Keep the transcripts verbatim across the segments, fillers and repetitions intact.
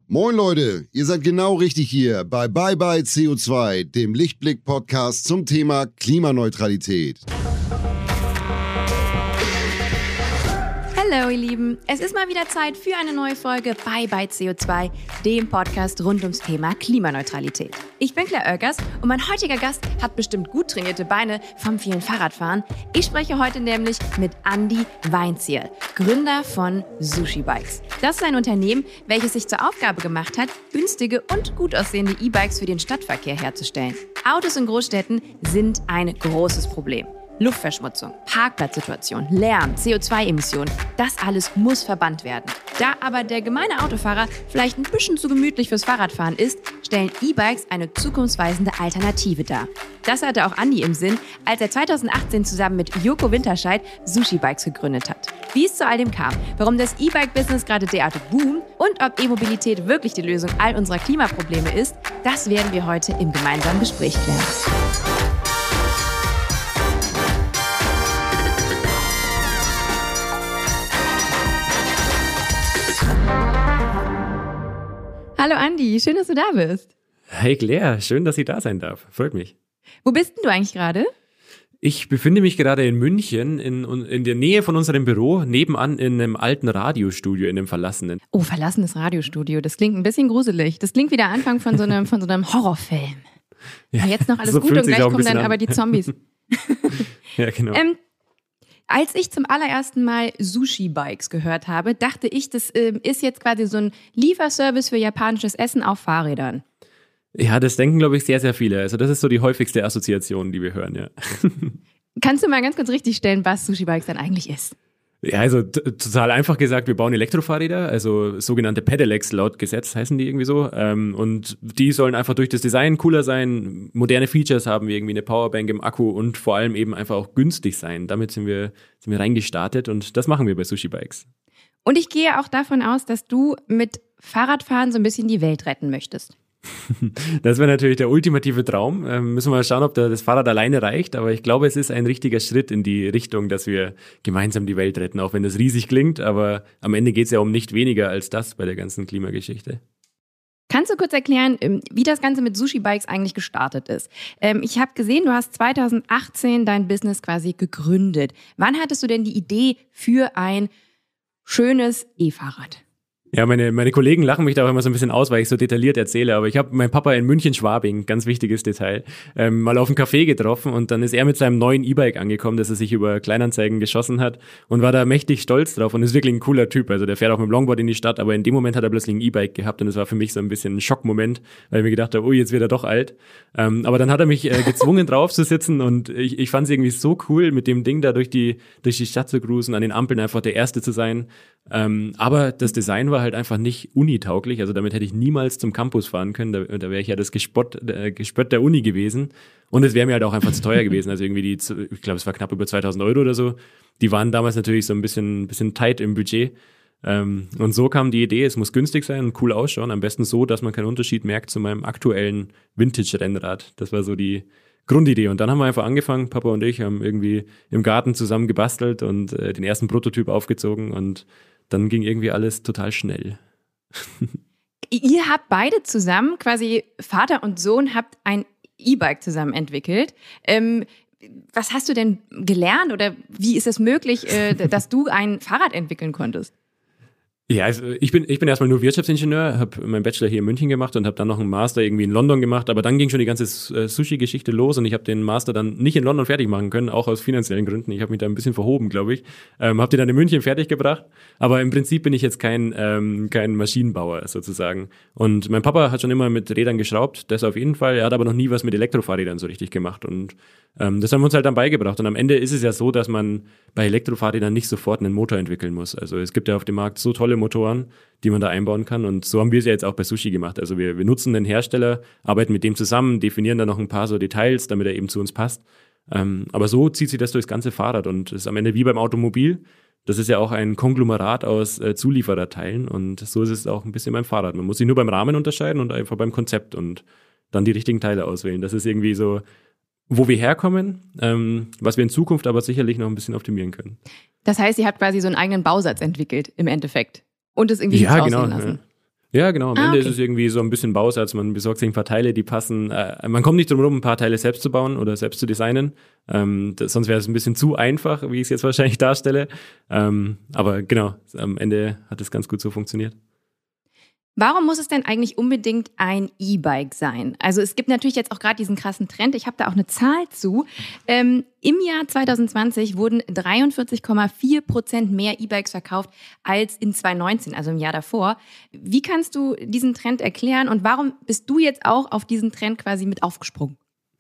Moin Leute, ihr seid genau richtig hier bei Bye Bye C O zwei, dem Lichtblick-Podcast zum Thema Klimaneutralität. Hallo ihr Lieben, es ist mal wieder Zeit für eine neue Folge Bye Bye C O zwei, dem Podcast rund ums Thema Klimaneutralität. Ich bin Claire Oelkers und mein heutiger Gast hat bestimmt gut trainierte Beine vom vielen Fahrradfahren. Ich spreche heute nämlich mit Andi Weinzierl, Gründer von Sushi Bikes. Das ist ein Unternehmen, welches sich zur Aufgabe gemacht hat, günstige und gut aussehende E-Bikes für den Stadtverkehr herzustellen. Autos in Großstädten sind ein großes Problem. Luftverschmutzung, Parkplatzsituation, Lärm, C O zwei Emissionen, das alles muss verbannt werden. Da aber der gemeine Autofahrer vielleicht ein bisschen zu gemütlich fürs Fahrradfahren ist, stellen E-Bikes eine zukunftsweisende Alternative dar. Das hatte auch Andi im Sinn, als er zweitausendachtzehn zusammen mit Joko Winterscheid Sushi Bikes gegründet hat. Wie es zu all dem kam, warum das E-Bike-Business gerade derartig boomt und ob E-Mobilität wirklich die Lösung all unserer Klimaprobleme ist, das werden wir heute im gemeinsamen Gespräch klären. Hallo Andi, schön, dass du da bist. Hey Claire, schön, dass ich da sein darf. Freut mich. Wo bist denn du eigentlich gerade? Ich befinde mich gerade in München, in, in der Nähe von unserem Büro, nebenan in einem alten Radiostudio, in einem verlassenen. Oh, verlassenes Radiostudio, das klingt ein bisschen gruselig. Das klingt wie der Anfang von so einem, von so einem Horrorfilm. Ja, jetzt noch alles so gut und gleich kommen dann an. aber die Zombies. Ja, genau. Ähm, Als ich zum allerersten Mal Sushi-Bikes gehört habe, dachte ich, das äh, ist jetzt quasi so ein Lieferservice für japanisches Essen auf Fahrrädern. Ja, das denken, glaube ich, sehr, sehr viele. Also das ist so die häufigste Assoziation, die wir hören, ja. Kannst du mal ganz kurz richtig stellen, was Sushi-Bikes dann eigentlich ist? Ja, also t- total einfach gesagt, wir bauen Elektrofahrräder, also sogenannte Pedelecs laut Gesetz heißen die irgendwie so. Ähm, und die sollen einfach durch das Design cooler sein, moderne Features haben, wie irgendwie eine Powerbank im Akku und vor allem eben einfach auch günstig sein. Damit sind wir, sind wir reingestartet und das machen wir bei Sushi Bikes. Und ich gehe auch davon aus, dass du mit Fahrradfahren so ein bisschen die Welt retten möchtest. Das wäre natürlich der ultimative Traum. Ähm, müssen wir mal schauen, ob da das Fahrrad alleine reicht. Aber ich glaube, es ist ein richtiger Schritt in die Richtung, dass wir gemeinsam die Welt retten, auch wenn das riesig klingt. Aber am Ende geht es ja um nicht weniger als das bei der ganzen Klimageschichte. Kannst du kurz erklären, wie das Ganze mit Sushi Bikes eigentlich gestartet ist? Ich habe gesehen, du hast zweitausendachtzehn dein Business quasi gegründet. Wann hattest du denn die Idee für ein schönes E-Fahrrad? Ja, meine, meine Kollegen lachen mich da auch immer so ein bisschen aus, weil ich so detailliert erzähle. Aber ich habe meinen Papa in München-Schwabing, ganz wichtiges Detail, ähm, mal auf einen Café getroffen und dann ist er mit seinem neuen E-Bike angekommen, das er sich über Kleinanzeigen geschossen hat und war da mächtig stolz drauf und ist wirklich ein cooler Typ. Also der fährt auch mit dem Longboard in die Stadt, aber in dem Moment hat er plötzlich ein E-Bike gehabt und das war für mich so ein bisschen ein Schockmoment, weil ich mir gedacht habe, oh, jetzt wird er doch alt. Ähm, aber dann hat er mich äh, gezwungen drauf zu sitzen und ich, ich fand es irgendwie so cool, mit dem Ding da durch die, durch die Stadt zu cruisen, an den Ampeln einfach der Erste zu sein. Ähm, aber das Design war halt einfach nicht unitauglich, also damit hätte ich niemals zum Campus fahren können, da, da wäre ich ja das Gespott, äh, Gespött der Uni gewesen und es wäre mir halt auch einfach zu teuer gewesen, also irgendwie die, ich glaube es war knapp über zweitausend Euro oder so, die waren damals natürlich so ein bisschen, bisschen tight im Budget ähm, und so kam die Idee, es muss günstig sein und cool ausschauen, am besten so, dass man keinen Unterschied merkt zu meinem aktuellen Vintage-Rennrad, das war so die Grundidee. Und dann haben wir einfach angefangen, Papa und ich haben irgendwie im Garten zusammen gebastelt und äh, den ersten Prototyp aufgezogen und dann ging irgendwie alles total schnell. Ihr habt beide zusammen, quasi Vater und Sohn, habt ein E-Bike zusammen entwickelt. Ähm, was hast du denn gelernt oder wie ist es möglich, äh, dass du ein Fahrrad entwickeln konntest? Ja, also ich bin ich bin erstmal nur Wirtschaftsingenieur, habe meinen Bachelor hier in München gemacht und habe dann noch einen Master irgendwie in London gemacht, aber dann ging schon die ganze äh, Sushi-Geschichte los und ich habe den Master dann nicht in London fertig machen können, auch aus finanziellen Gründen. Ich habe mich da ein bisschen verhoben, glaube ich. Ähm, habe den dann in München fertig gebracht, aber im Prinzip bin ich jetzt kein ähm, kein Maschinenbauer sozusagen. Und mein Papa hat schon immer mit Rädern geschraubt, das auf jeden Fall. Er hat aber noch nie was mit Elektrofahrrädern so richtig gemacht und ähm, das haben wir uns halt dann beigebracht. Und am Ende ist es ja so, dass man bei Elektrofahrrädern nicht sofort einen Motor entwickeln muss. Also es gibt ja auf dem Markt so tolle Motoren, die man da einbauen kann. Und so haben wir es ja jetzt auch bei Sushi gemacht. Also wir, wir nutzen den Hersteller, arbeiten mit dem zusammen, definieren dann noch ein paar so Details, damit er eben zu uns passt. Ähm, aber so zieht sich das durchs ganze Fahrrad und ist am Ende wie beim Automobil. Das ist ja auch ein Konglomerat aus äh, Zuliefererteilen und so ist es auch ein bisschen beim Fahrrad. Man muss sich nur beim Rahmen unterscheiden und einfach beim Konzept und dann die richtigen Teile auswählen. Das ist irgendwie so, wo wir herkommen, ähm, was wir in Zukunft aber sicherlich noch ein bisschen optimieren können. Das heißt, ihr habt quasi so einen eigenen Bausatz entwickelt im Endeffekt und es irgendwie ja, nicht genau, aussehen lassen. Ja, genau. Am ah, Ende okay. ist es irgendwie so ein bisschen Bausatz. Man besorgt sich ein paar Teile, die passen. Äh, man kommt nicht drum herum, ein paar Teile selbst zu bauen oder selbst zu designen. Ähm, das, sonst wäre es ein bisschen zu einfach, wie ich es jetzt wahrscheinlich darstelle. Ähm, aber genau, am Ende hat es ganz gut so funktioniert. Warum muss es denn eigentlich unbedingt ein E-Bike sein? Also es gibt natürlich jetzt auch gerade diesen krassen Trend, ich habe da auch eine Zahl zu. Ähm, Im Jahr zwanzig zwanzig wurden dreiundvierzig Komma vier Prozent mehr E-Bikes verkauft als in zwanzig neunzehn, also im Jahr davor. Wie kannst du diesen Trend erklären und warum bist du jetzt auch auf diesen Trend quasi mit aufgesprungen?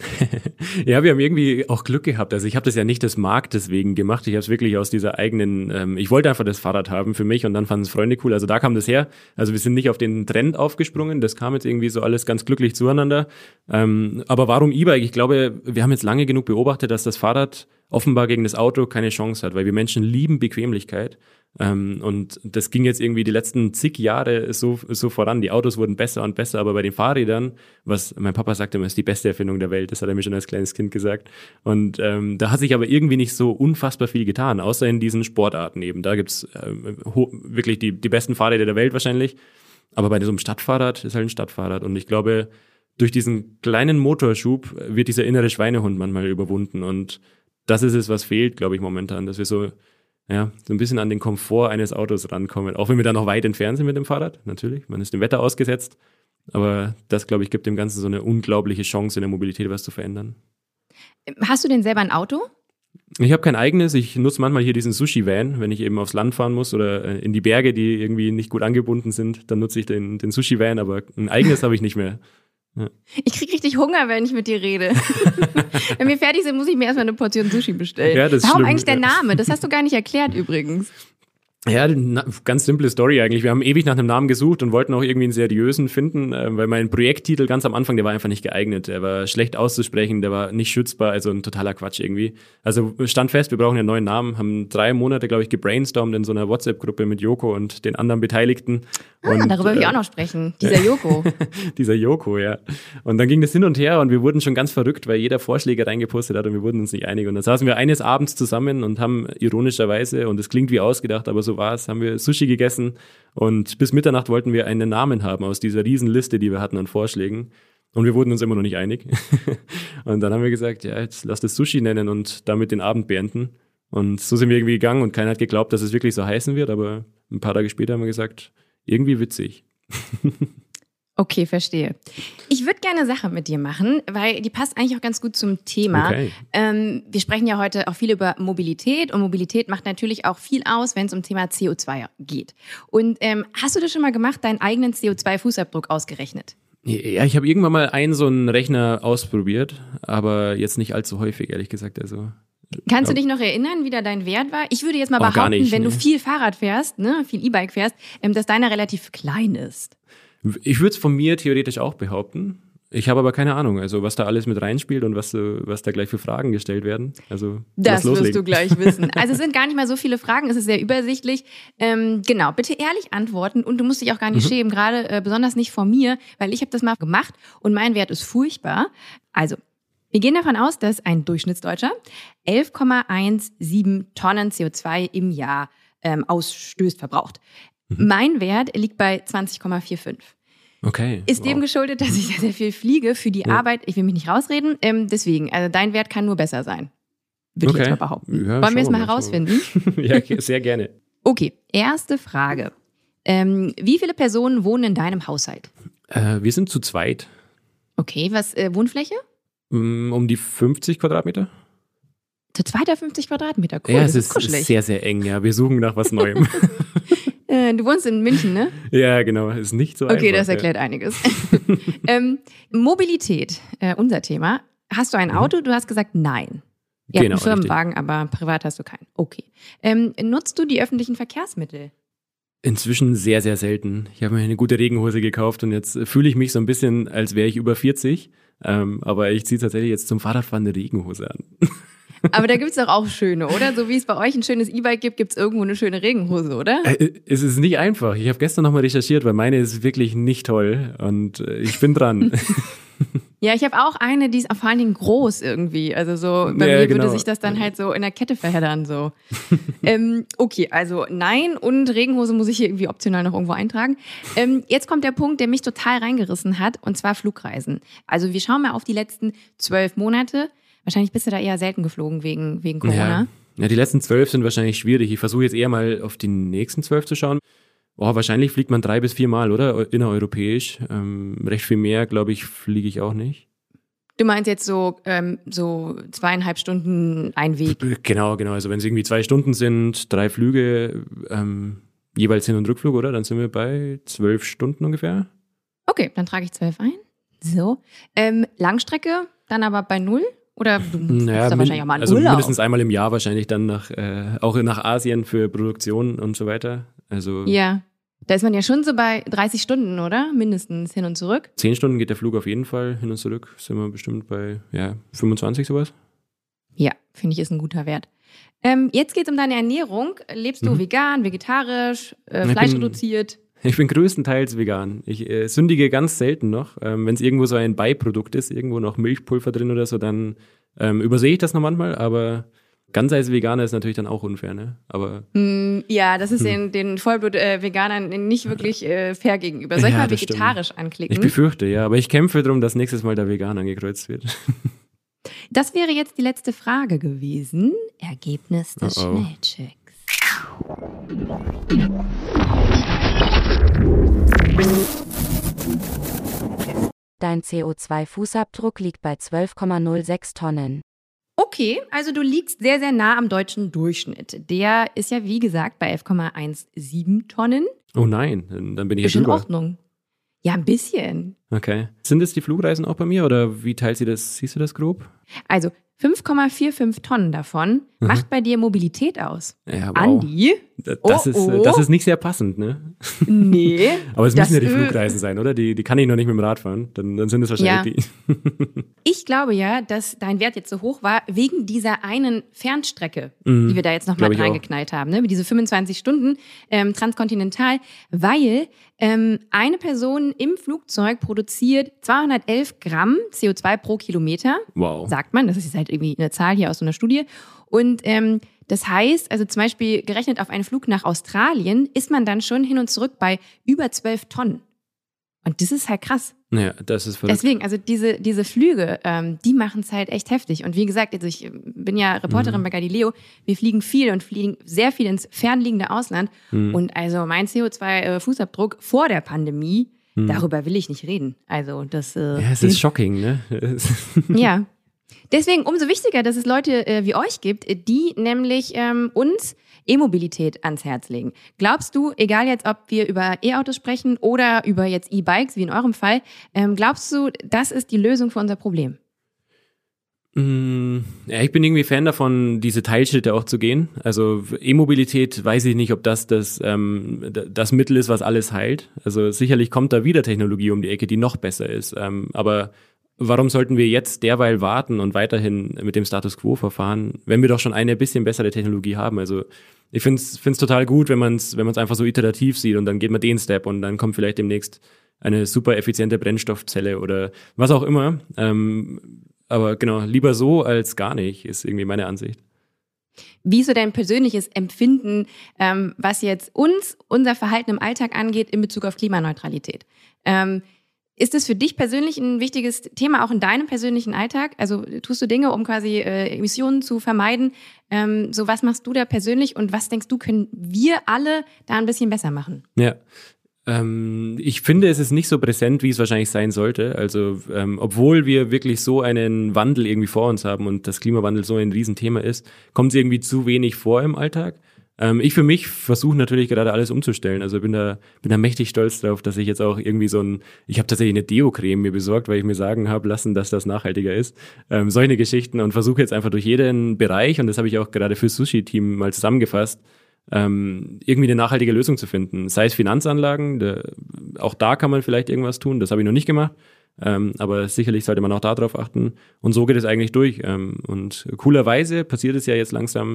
Ja, wir haben irgendwie auch Glück gehabt. Also ich habe das ja nicht des Marktes wegen gemacht. Ich habe es wirklich aus dieser eigenen, ähm, ich wollte einfach das Fahrrad haben für mich und dann fanden es Freunde cool. Also da kam das her. Also wir sind nicht auf den Trend aufgesprungen. Das kam jetzt irgendwie so alles ganz glücklich zueinander. Ähm, aber warum E-Bike? Ich glaube, wir haben jetzt lange genug beobachtet, dass das Fahrrad offenbar gegen das Auto keine Chance hat, weil wir Menschen lieben Bequemlichkeit. Ähm, und das ging jetzt irgendwie die letzten zig Jahre so, so voran. Die Autos wurden besser und besser, aber bei den Fahrrädern, was mein Papa sagte immer, ist die beste Erfindung der Welt. Das hat er mir schon als kleines Kind gesagt. Und ähm, da hat sich aber irgendwie nicht so unfassbar viel getan, außer in diesen Sportarten eben. Da gibt's ähm, ho- wirklich die, die besten Fahrräder der Welt wahrscheinlich. Aber bei so einem Stadtfahrrad ist halt ein Stadtfahrrad. Und ich glaube, durch diesen kleinen Motorschub wird dieser innere Schweinehund manchmal überwunden. Und das ist es, was fehlt, glaube ich, momentan, dass wir so ja, so ein bisschen an den Komfort eines Autos rankommen. Auch wenn wir da noch weit entfernt sind mit dem Fahrrad, natürlich. Man ist dem Wetter ausgesetzt. Aber das, glaube ich, gibt dem Ganzen so eine unglaubliche Chance, in der Mobilität was zu verändern. Hast du denn selber ein Auto? Ich habe kein eigenes. Ich nutze manchmal hier diesen Sushi-Van, wenn ich eben aufs Land fahren muss oder in die Berge, die irgendwie nicht gut angebunden sind. Dann nutze ich den, den Sushi-Van, aber ein eigenes habe ich nicht mehr. Ja. Ich kriege richtig Hunger, wenn ich mit dir rede. Wenn wir fertig sind, muss ich mir erstmal eine Portion Sushi bestellen. Ja, das ist Warum schlimm. eigentlich der Name? Das hast du gar nicht erklärt übrigens. Ja, na, ganz simple Story eigentlich. Wir haben ewig nach einem Namen gesucht und wollten auch irgendwie einen seriösen finden, äh, weil mein Projekttitel ganz am Anfang, der war einfach nicht geeignet. Der war schlecht auszusprechen, der war nicht schützbar, also ein totaler Quatsch irgendwie. Also stand fest, wir brauchen einen neuen Namen, haben drei Monate, glaube ich, gebrainstormt in so einer WhatsApp-Gruppe mit Joko und den anderen Beteiligten. Ah, und, darüber will ich äh, auch noch sprechen. Dieser Joko. Dieser Joko, ja. Und dann ging das hin und her und wir wurden schon ganz verrückt, weil jeder Vorschläge reingepostet hat und wir wurden uns nicht einig. Und dann saßen wir eines Abends zusammen und haben ironischerweise, und es klingt wie ausgedacht, aber so war es, haben wir Sushi gegessen und bis Mitternacht wollten wir einen Namen haben aus dieser riesen Liste, die wir hatten an Vorschlägen. Und wir wurden uns immer noch nicht einig. Und dann haben wir gesagt, ja, jetzt lass das Sushi nennen und damit den Abend beenden. Und so sind wir irgendwie gegangen und keiner hat geglaubt, dass es wirklich so heißen wird, aber ein paar Tage später haben wir gesagt, irgendwie witzig. Okay, verstehe. Ich würde gerne eine Sache mit dir machen, weil die passt eigentlich auch ganz gut zum Thema. Okay. Ähm, wir sprechen ja heute auch viel über Mobilität und Mobilität macht natürlich auch viel aus, wenn es um Thema C O zwei geht. Und ähm, hast du das schon mal gemacht, deinen eigenen C O zwei Fußabdruck ausgerechnet? Ja, ich habe irgendwann mal einen so einen Rechner ausprobiert, aber jetzt nicht allzu häufig, ehrlich gesagt. Also Kannst du dich noch erinnern, wie da dein Wert war? Ich würde jetzt mal Oh, gar behaupten, nicht, wenn ne. du viel Fahrrad fährst, ne, viel E-Bike fährst, ähm, dass deiner relativ klein ist. Ich würde es von mir theoretisch auch behaupten. Ich habe aber keine Ahnung, also was da alles mit reinspielt und was, äh, was da gleich für Fragen gestellt werden. Also Das lass wirst loslegen. du gleich wissen. Also es sind gar nicht mal so viele Fragen, es ist sehr übersichtlich. Ähm, genau, bitte ehrlich antworten und du musst dich auch gar nicht Mhm. schämen, gerade äh, besonders nicht vor mir, weil ich habe das mal gemacht und mein Wert ist furchtbar. Also, wir gehen davon aus, dass ein Durchschnittsdeutscher elf Komma siebzehn Tonnen C O zwei im Jahr ähm, ausstößt, verbraucht. Mhm. Mein Wert liegt bei zwanzig Komma fünfundvierzig. Okay. Ist dem wow. geschuldet, dass ich sehr, sehr viel fliege für die Ja. Arbeit. Ich will mich nicht rausreden. Ähm, deswegen, also dein Wert kann nur besser sein. Würde Okay. ich jetzt mal behaupten. Ja, Wollen wir es schauen mal wir mal, schauen herausfinden? Ja, sehr gerne. Okay, erste Frage. Ähm, wie viele Personen wohnen in deinem Haushalt? Äh, wir sind zu zweit. Okay, was, äh, Wohnfläche? Mm, Um die fünfzig Quadratmeter. Zu zweiter fünfzig Quadratmeter, cool, ja, das es ist ist kuschelig. sehr, sehr eng, ja. Wir suchen nach was Neuem. Äh, du wohnst in München, ne? Ja, genau. Ist nicht so einfach. Okay, das erklärt einiges. ähm, Mobilität, äh, unser Thema. Hast du ein Auto? Du hast gesagt nein. Ja, Genau, einen Firmenwagen, aber privat hast du keinen. Okay. Ähm, nutzt du die öffentlichen Verkehrsmittel? Inzwischen sehr, sehr selten. Ich habe mir eine gute Regenhose gekauft und jetzt fühle ich mich so ein bisschen, als wäre ich über vierzig. Ähm, aber ich ziehe tatsächlich jetzt zum Fahrradfahren eine Regenhose an. Aber da gibt's doch auch schöne, oder? So wie es bei euch ein schönes E-Bike gibt, gibt's irgendwo eine schöne Regenhose, oder? Äh, es ist nicht einfach. Ich habe gestern nochmal recherchiert, weil meine ist wirklich nicht toll und äh, ich bin dran. Ja, ich habe auch eine, die ist vor allen Dingen groß irgendwie. Also so, bei ja, mir genau. würde sich das dann halt so in der Kette verheddern. So. ähm, okay, also nein und Regenhose muss ich hier irgendwie optional noch irgendwo eintragen. Ähm, jetzt kommt der Punkt, der mich total reingerissen hat, und zwar Flugreisen. Also wir schauen mal auf die letzten zwölf Monate. Wahrscheinlich bist du da eher selten geflogen wegen, wegen Corona. Ja. ja, die letzten zwölf sind wahrscheinlich schwierig. Ich versuche jetzt eher mal auf die nächsten zwölf zu schauen. Oh, wahrscheinlich fliegt man drei bis vier Mal, oder? Innereuropäisch. Ähm, recht viel mehr, glaube ich, fliege ich auch nicht. Du meinst jetzt so, ähm, so zweieinhalb Stunden ein Weg? Genau, genau. Also wenn es irgendwie zwei Stunden sind, drei Flüge, ähm, jeweils Hin- und Rückflug, oder? Dann sind wir bei zwölf Stunden ungefähr. Okay, dann trage ich zwölf ein. So. Ähm, Langstrecke, dann aber bei null? Oder du musst naja, da wahrscheinlich auch mal einen also Urlaub. mindestens einmal im Jahr wahrscheinlich dann nach, äh, auch nach Asien für Produktion und so weiter. Also Ja, da ist man ja schon so bei dreißig Stunden, oder? Mindestens hin und zurück. zehn Stunden geht der Flug auf jeden Fall, hin und zurück sind wir bestimmt bei ja, fünfundzwanzig sowas. Ja, finde ich, ist ein guter Wert. Ähm, jetzt geht es um deine Ernährung. Lebst du Mhm. vegan, vegetarisch, äh, Ich Fleisch bin- reduziert? Ich bin größtenteils vegan. Ich äh, sündige ganz selten noch. Ähm, Wenn es irgendwo so ein Beiprodukt ist, irgendwo noch Milchpulver drin oder so, dann ähm, übersehe ich das noch manchmal, aber ganz als Veganer ist natürlich dann auch unfair, ne? Aber Mm, ja, das ist Hm. den, den Vollblut-Veganern nicht wirklich äh, fair gegenüber. Soll ich Ja, mal das vegetarisch stimmt. anklicken? ich befürchte, ja. Aber ich kämpfe darum, dass nächstes Mal der Vegan angekreuzt wird. Das wäre jetzt die letzte Frage gewesen. Ergebnis des Oh oh. Schnellchecks. Dein C O zwei Fußabdruck liegt bei zwölf Komma null sechs Tonnen. Okay, also du liegst sehr, sehr nah am deutschen Durchschnitt. Der ist ja, wie gesagt, bei elf Komma siebzehn Tonnen. Oh nein, dann dann bin ich Ist ja in drüber. Ordnung. Ja, ein bisschen. Okay. Sind es die Flugreisen auch bei mir oder wie teilt sie das? Siehst du das grob? Also fünf Komma fünfundvierzig Tonnen davon Mhm. macht bei dir Mobilität aus. Ja, wow. Andi? Da- Das, Oh, ist, äh, oh. das ist nicht sehr passend, ne? Nee. Aber es Das, müssen ja die äh, Flugreisen sein, oder? Die, die kann ich noch nicht mit dem Rad fahren. Dann, dann sind es wahrscheinlich die. Ich glaube ja, dass dein Wert jetzt so hoch war, wegen dieser einen Fernstrecke, Mhm. die wir da jetzt nochmal Glaub ich auch. reingeknallt haben, ne? Mit diese fünfundzwanzig Stunden ähm, transkontinental, weil ähm, eine Person im Flugzeug produziert zweihundertelf Gramm C O zwei pro Kilometer, Wow. sagt man. Das ist halt irgendwie eine Zahl hier aus so einer Studie. Und ähm, das heißt, also zum Beispiel gerechnet auf einen Flug nach Australien, ist man dann schon hin und zurück bei über zwölf Tonnen. Und das ist halt krass. Naja, das ist verrückt. Deswegen, also diese, diese Flüge, ähm, die machen es halt echt heftig. Und wie gesagt, also ich bin ja Reporterin Mhm. bei Galileo. Wir fliegen viel und fliegen sehr viel ins fernliegende Ausland. Mhm. Und also mein C O zwei Fußabdruck vor der Pandemie, Mhm. darüber will ich nicht reden. Also das äh, Ja, es ist shocking, ne? ja. Deswegen umso wichtiger, dass es Leute äh, wie euch gibt, die nämlich ähm, uns E-Mobilität ans Herz legen. Glaubst du, egal jetzt, ob wir über E-Autos sprechen oder über jetzt E-Bikes, wie in eurem Fall, ähm, glaubst du, das ist die Lösung für unser Problem? Mm, Ja, ich bin irgendwie Fan davon, diese Teilschritte auch zu gehen. Also E-Mobilität, weiß ich nicht, ob das das, ähm, d- das Mittel ist, was alles heilt. Also sicherlich kommt da wieder Technologie um die Ecke, die noch besser ist. Ähm, aber warum sollten wir jetzt derweil warten und weiterhin mit dem Status Quo verfahren, wenn wir doch schon eine bisschen bessere Technologie haben? Also ich finde es total gut, wenn man es wenn man's einfach so iterativ sieht und dann geht man den Step und dann kommt vielleicht demnächst eine super effiziente Brennstoffzelle oder was auch immer. Ähm, aber genau, lieber so als gar nicht, ist irgendwie meine Ansicht. Wie ist so dein persönliches Empfinden, ähm, was jetzt uns, unser Verhalten im Alltag angeht in Bezug auf Klimaneutralität? Ähm, ist es für dich persönlich ein wichtiges Thema, auch in deinem persönlichen Alltag? Also tust du Dinge, um quasi äh, Emissionen zu vermeiden? Ähm, so, was machst du da persönlich und was denkst du, können wir alle da ein bisschen besser machen? Ja. Ähm, ich finde, es ist nicht so präsent, wie es wahrscheinlich sein sollte. Also, ähm, obwohl wir wirklich so einen Wandel irgendwie vor uns haben und das Klimawandel so ein Riesenthema ist, kommt es irgendwie zu wenig vor im Alltag. Ähm, ich für mich versuche natürlich gerade alles umzustellen. Also bin da, bin da mächtig stolz drauf, dass ich jetzt auch irgendwie so ein, ich habe tatsächlich eine Deo-Creme mir besorgt, weil ich mir sagen habe lassen, dass das nachhaltiger ist. Ähm, solche Geschichten und versuche jetzt einfach durch jeden Bereich, und das habe ich auch gerade fürs Sushi-Team mal zusammengefasst, ähm, irgendwie eine nachhaltige Lösung zu finden. Sei es Finanzanlagen, der, auch da kann man vielleicht irgendwas tun, das habe ich noch nicht gemacht, ähm, aber sicherlich sollte man auch darauf achten. Und so geht es eigentlich durch. Ähm, und coolerweise passiert es ja jetzt langsam,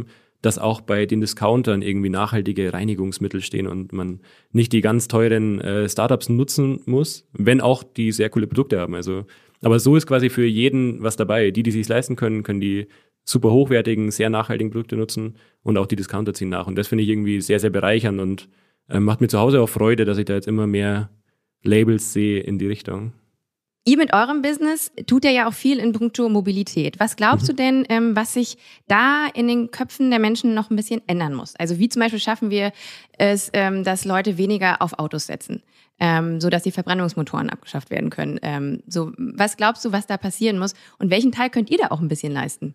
dass auch bei den Discountern irgendwie nachhaltige Reinigungsmittel stehen und man nicht die ganz teuren äh, Startups nutzen muss, wenn auch die sehr coole Produkte haben. Also, aber so ist quasi für jeden was dabei. Die, die sich leisten können, können die super hochwertigen, sehr nachhaltigen Produkte nutzen und auch die Discounter ziehen nach. Und das finde ich irgendwie sehr, sehr bereichernd und äh, macht mir zu Hause auch Freude, dass ich da jetzt immer mehr Labels sehe in die Richtung. Ihr mit eurem Business tut ja auch viel in puncto Mobilität. Was glaubst mhm. du denn, ähm, was sich da in den Köpfen der Menschen noch ein bisschen ändern muss? Also wie zum Beispiel schaffen wir es, ähm, dass Leute weniger auf Autos setzen, ähm, sodass die Verbrennungsmotoren abgeschafft werden können. Ähm, so, was glaubst du, was da passieren muss? Und welchen Teil könnt ihr da auch ein bisschen leisten?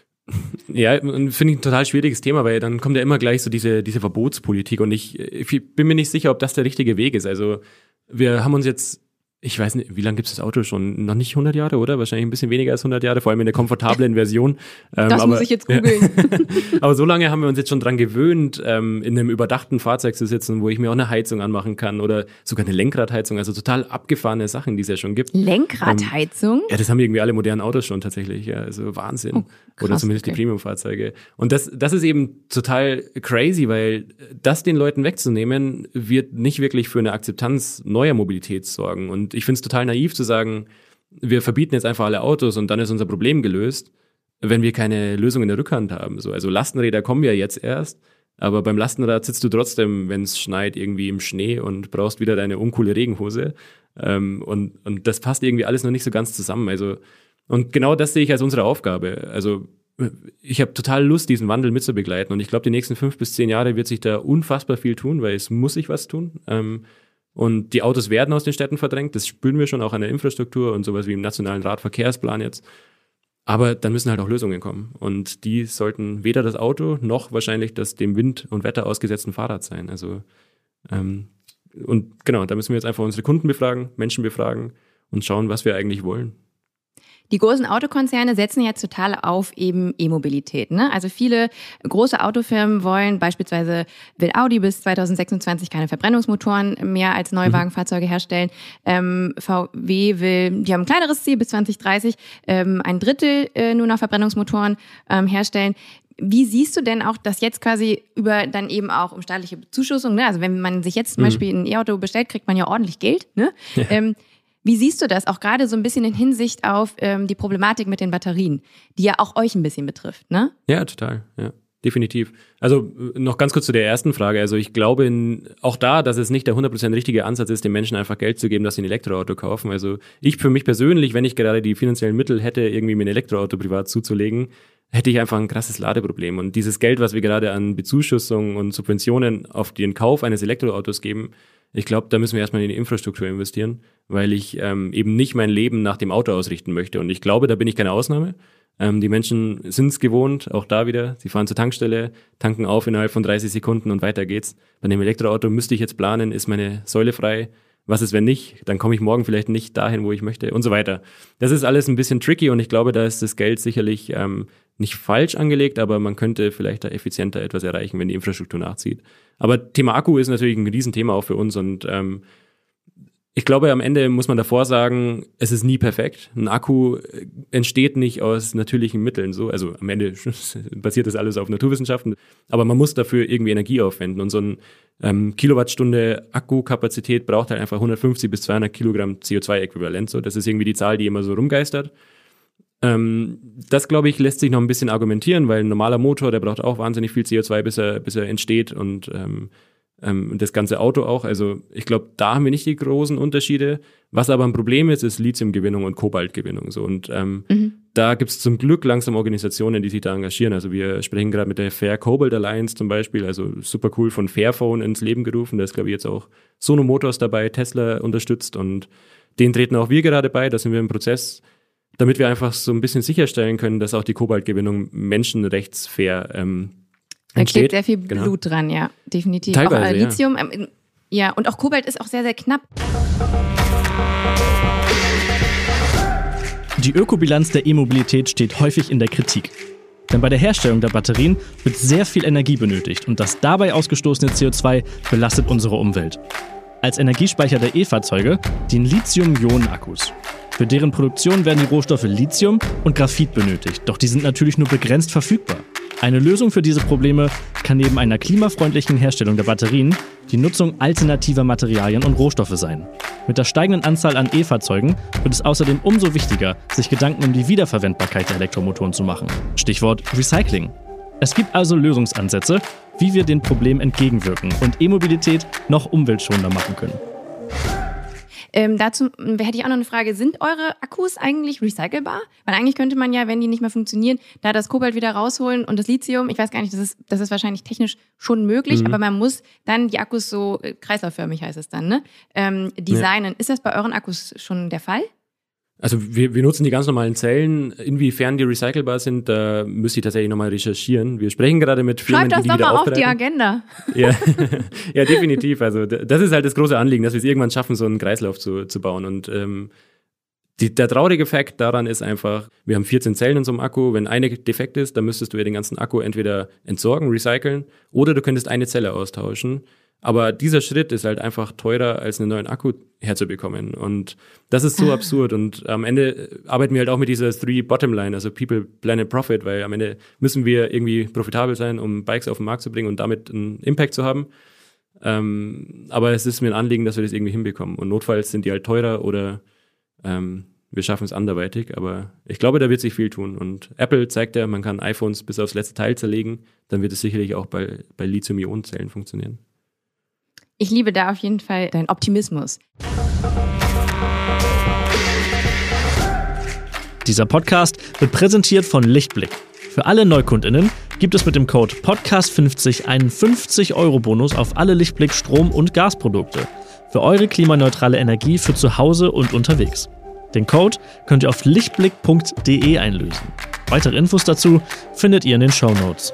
Ja, finde ich ein total schwieriges Thema, weil dann kommt ja immer gleich so diese, diese Verbotspolitik und ich, ich bin mir nicht sicher, ob das der richtige Weg ist. Also wir haben uns jetzt Ich weiß nicht, wie lange gibt es das Auto schon? Noch nicht hundert Jahre, oder? Wahrscheinlich ein bisschen weniger als hundert Jahre, vor allem in der komfortablen Version. Ähm, das aber, muss ich jetzt googeln. Ja. Aber so lange haben wir uns jetzt schon dran gewöhnt, ähm, in einem überdachten Fahrzeug zu sitzen, wo ich mir auch eine Heizung anmachen kann oder sogar eine Lenkradheizung, also total abgefahrene Sachen, die es ja schon gibt. Lenkradheizung? Ähm, ja, das haben irgendwie alle modernen Autos schon tatsächlich, ja, also Wahnsinn. Oh, krass, oder zumindest okay. die Premium-Fahrzeuge. Und das, das ist eben total crazy, weil das den Leuten wegzunehmen, wird nicht wirklich für eine Akzeptanz neuer Mobilität sorgen. Und ich finde es total naiv zu sagen, wir verbieten jetzt einfach alle Autos und dann ist unser Problem gelöst, wenn wir keine Lösung in der Rückhand haben. So, also Lastenräder kommen ja jetzt erst, aber beim Lastenrad sitzt du trotzdem, wenn es schneit, irgendwie im Schnee und brauchst wieder deine uncoole Regenhose. Ähm, und, und das passt irgendwie alles noch nicht so ganz zusammen. Also, und genau das sehe ich als unsere Aufgabe. Also ich habe total Lust, diesen Wandel mitzubegleiten und ich glaube, die nächsten fünf bis zehn Jahre wird sich da unfassbar viel tun, weil es muss sich was tun. Ähm, Und die Autos werden aus den Städten verdrängt, das spüren wir schon auch an der Infrastruktur und sowas wie im nationalen Radverkehrsplan jetzt. Aber dann müssen halt auch Lösungen kommen. Und die sollten weder das Auto noch wahrscheinlich das dem Wind und Wetter ausgesetzten Fahrrad sein. Also ähm, und genau, da müssen wir jetzt einfach unsere Kunden befragen, Menschen befragen und schauen, was wir eigentlich wollen. Die großen Autokonzerne setzen jetzt total auf eben E-Mobilität, ne? Also viele große Autofirmen wollen, beispielsweise will Audi bis zwanzig sechsundzwanzig keine Verbrennungsmotoren mehr als Neuwagenfahrzeuge herstellen. Ähm, V W will, die haben ein kleineres Ziel, bis zwanzig dreißig ähm, ein Drittel äh, nur noch Verbrennungsmotoren ähm, herstellen. Wie siehst du denn auch, dass jetzt quasi über dann eben auch um staatliche Bezuschussung, ne? Also wenn man sich jetzt zum mhm. Beispiel ein E-Auto bestellt, kriegt man ja ordentlich Geld, ne? Ja. Ähm, Wie siehst du das, auch gerade so ein bisschen in Hinsicht auf ähm, die Problematik mit den Batterien, die ja auch euch ein bisschen betrifft, ne? Ja, total, ja, definitiv. Also noch ganz kurz zu der ersten Frage. Also ich glaube in, auch da, dass es nicht der hundert Prozent richtige Ansatz ist, den Menschen einfach Geld zu geben, dass sie ein Elektroauto kaufen. Also ich für mich persönlich, wenn ich gerade die finanziellen Mittel hätte, irgendwie mir ein Elektroauto privat zuzulegen, hätte ich einfach ein krasses Ladeproblem. Und dieses Geld, was wir gerade an Bezuschussungen und Subventionen auf den Kauf eines Elektroautos geben, ich glaube, da müssen wir erstmal in die Infrastruktur investieren, weil ich ähm, eben nicht mein Leben nach dem Auto ausrichten möchte. Und ich glaube, da bin ich keine Ausnahme. Ähm, die Menschen sind es gewohnt, auch da wieder. Sie fahren zur Tankstelle, tanken auf innerhalb von dreißig Sekunden und weiter geht's. Bei dem Elektroauto müsste ich jetzt planen, ist meine Säule frei? Was ist, wenn nicht? Dann komme ich morgen vielleicht nicht dahin, wo ich möchte und so weiter. Das ist alles ein bisschen tricky und ich glaube, da ist das Geld sicherlich ähm, nicht falsch angelegt, aber man könnte vielleicht da effizienter etwas erreichen, wenn die Infrastruktur nachzieht. Aber Thema Akku ist natürlich ein Riesenthema auch für uns und ähm, ich glaube, am Ende muss man davor sagen, es ist nie perfekt. Ein Akku entsteht nicht aus natürlichen Mitteln, so. Also am Ende basiert das alles auf Naturwissenschaften, aber man muss dafür irgendwie Energie aufwenden und so ein ähm, Kilowattstunde Akkukapazität braucht halt einfach hundertfünfzig bis zweihundert Kilogramm C O zwei Äquivalent, so. Das ist irgendwie die Zahl, die immer so rumgeistert. Ähm, das, glaube ich, lässt sich noch ein bisschen argumentieren, weil ein normaler Motor, der braucht auch wahnsinnig viel C O zwei, bis er, bis er entsteht und ähm, ähm, das ganze Auto auch. Also ich glaube, da haben wir nicht die großen Unterschiede. Was aber ein Problem ist, ist Lithiumgewinnung und Kobaltgewinnung. So. Und ähm, mhm. da gibt es zum Glück langsam Organisationen, die sich da engagieren. Also wir sprechen gerade mit der Fair Cobalt Alliance zum Beispiel, also super cool, von Fairphone ins Leben gerufen. Da ist, glaube ich, jetzt auch Sono Motors dabei, Tesla unterstützt und denen treten auch wir gerade bei. Da sind wir im Prozess, damit wir einfach so ein bisschen sicherstellen können, dass auch die Kobaltgewinnung menschenrechtsfair ähm, da entsteht. steht sehr viel Blut genau. dran, ja, definitiv. Teilweise, auch äh, Lithium, ja. Ähm, ja, und auch Kobalt ist auch sehr, sehr knapp. Die Ökobilanz der E-Mobilität steht häufig in der Kritik. Denn bei der Herstellung der Batterien wird sehr viel Energie benötigt und das dabei ausgestoßene C O zwei belastet unsere Umwelt. Als Energiespeicher der E-Fahrzeuge dienen Lithium-Ionen-Akkus. Für deren Produktion werden die Rohstoffe Lithium und Graphit benötigt, doch die sind natürlich nur begrenzt verfügbar. Eine Lösung für diese Probleme kann neben einer klimafreundlichen Herstellung der Batterien die Nutzung alternativer Materialien und Rohstoffe sein. Mit der steigenden Anzahl an E-Fahrzeugen wird es außerdem umso wichtiger, sich Gedanken um die Wiederverwendbarkeit der Elektromotoren zu machen. Stichwort Recycling. Es gibt also Lösungsansätze, wie wir dem Problem entgegenwirken und E-Mobilität noch umweltschonender machen können. Ähm, dazu hätte ich auch noch eine Frage. Sind eure Akkus eigentlich recycelbar? Weil eigentlich könnte man ja, wenn die nicht mehr funktionieren, da das Kobalt wieder rausholen und das Lithium, ich weiß gar nicht, das ist, das ist wahrscheinlich technisch schon möglich, mhm. aber man muss dann die Akkus so, äh, kreislaufförmig heißt es dann, ne? Ähm, designen. Ja. Ist das bei euren Akkus schon der Fall? Also wir, wir nutzen die ganz normalen Zellen. Inwiefern die recycelbar sind, da müsste ich tatsächlich nochmal recherchieren. Wir sprechen gerade mit Firmen, Schreibt die die das wieder doch mal auf aufbereiten. die Agenda. Ja. Ja, definitiv. Also das ist halt das große Anliegen, dass wir es irgendwann schaffen, so einen Kreislauf zu, zu bauen. Und ähm, die, der traurige Fakt daran ist einfach, wir haben vierzehn Zellen in so einem Akku. Wenn eine defekt ist, dann müsstest du ja den ganzen Akku entweder entsorgen, recyceln, oder du könntest eine Zelle austauschen. Aber dieser Schritt ist halt einfach teurer, als einen neuen Akku herzubekommen. Und das ist so ah. absurd. Und am Ende arbeiten wir halt auch mit dieser Three Bottom Line, also People, Planet, Profit, weil am Ende müssen wir irgendwie profitabel sein, um Bikes auf den Markt zu bringen und damit einen Impact zu haben. Ähm, aber es ist mir ein Anliegen, dass wir das irgendwie hinbekommen. Und notfalls sind die halt teurer oder ähm, wir schaffen es anderweitig. Aber ich glaube, da wird sich viel tun. Und Apple zeigt ja, man kann iPhones bis aufs letzte Teil zerlegen. Dann wird es sicherlich auch bei, bei Lithium-Ionen-Zellen funktionieren. Ich liebe da auf jeden Fall deinen Optimismus. Dieser Podcast wird präsentiert von Lichtblick. Für alle NeukundInnen gibt es mit dem Code Podcast fünfzig einen fünfzig Euro Bonus auf alle Lichtblick Strom- und Gasprodukte. Für eure klimaneutrale Energie für zu Hause und unterwegs. Den Code könnt ihr auf lichtblick punkt de einlösen. Weitere Infos dazu findet ihr in den Shownotes.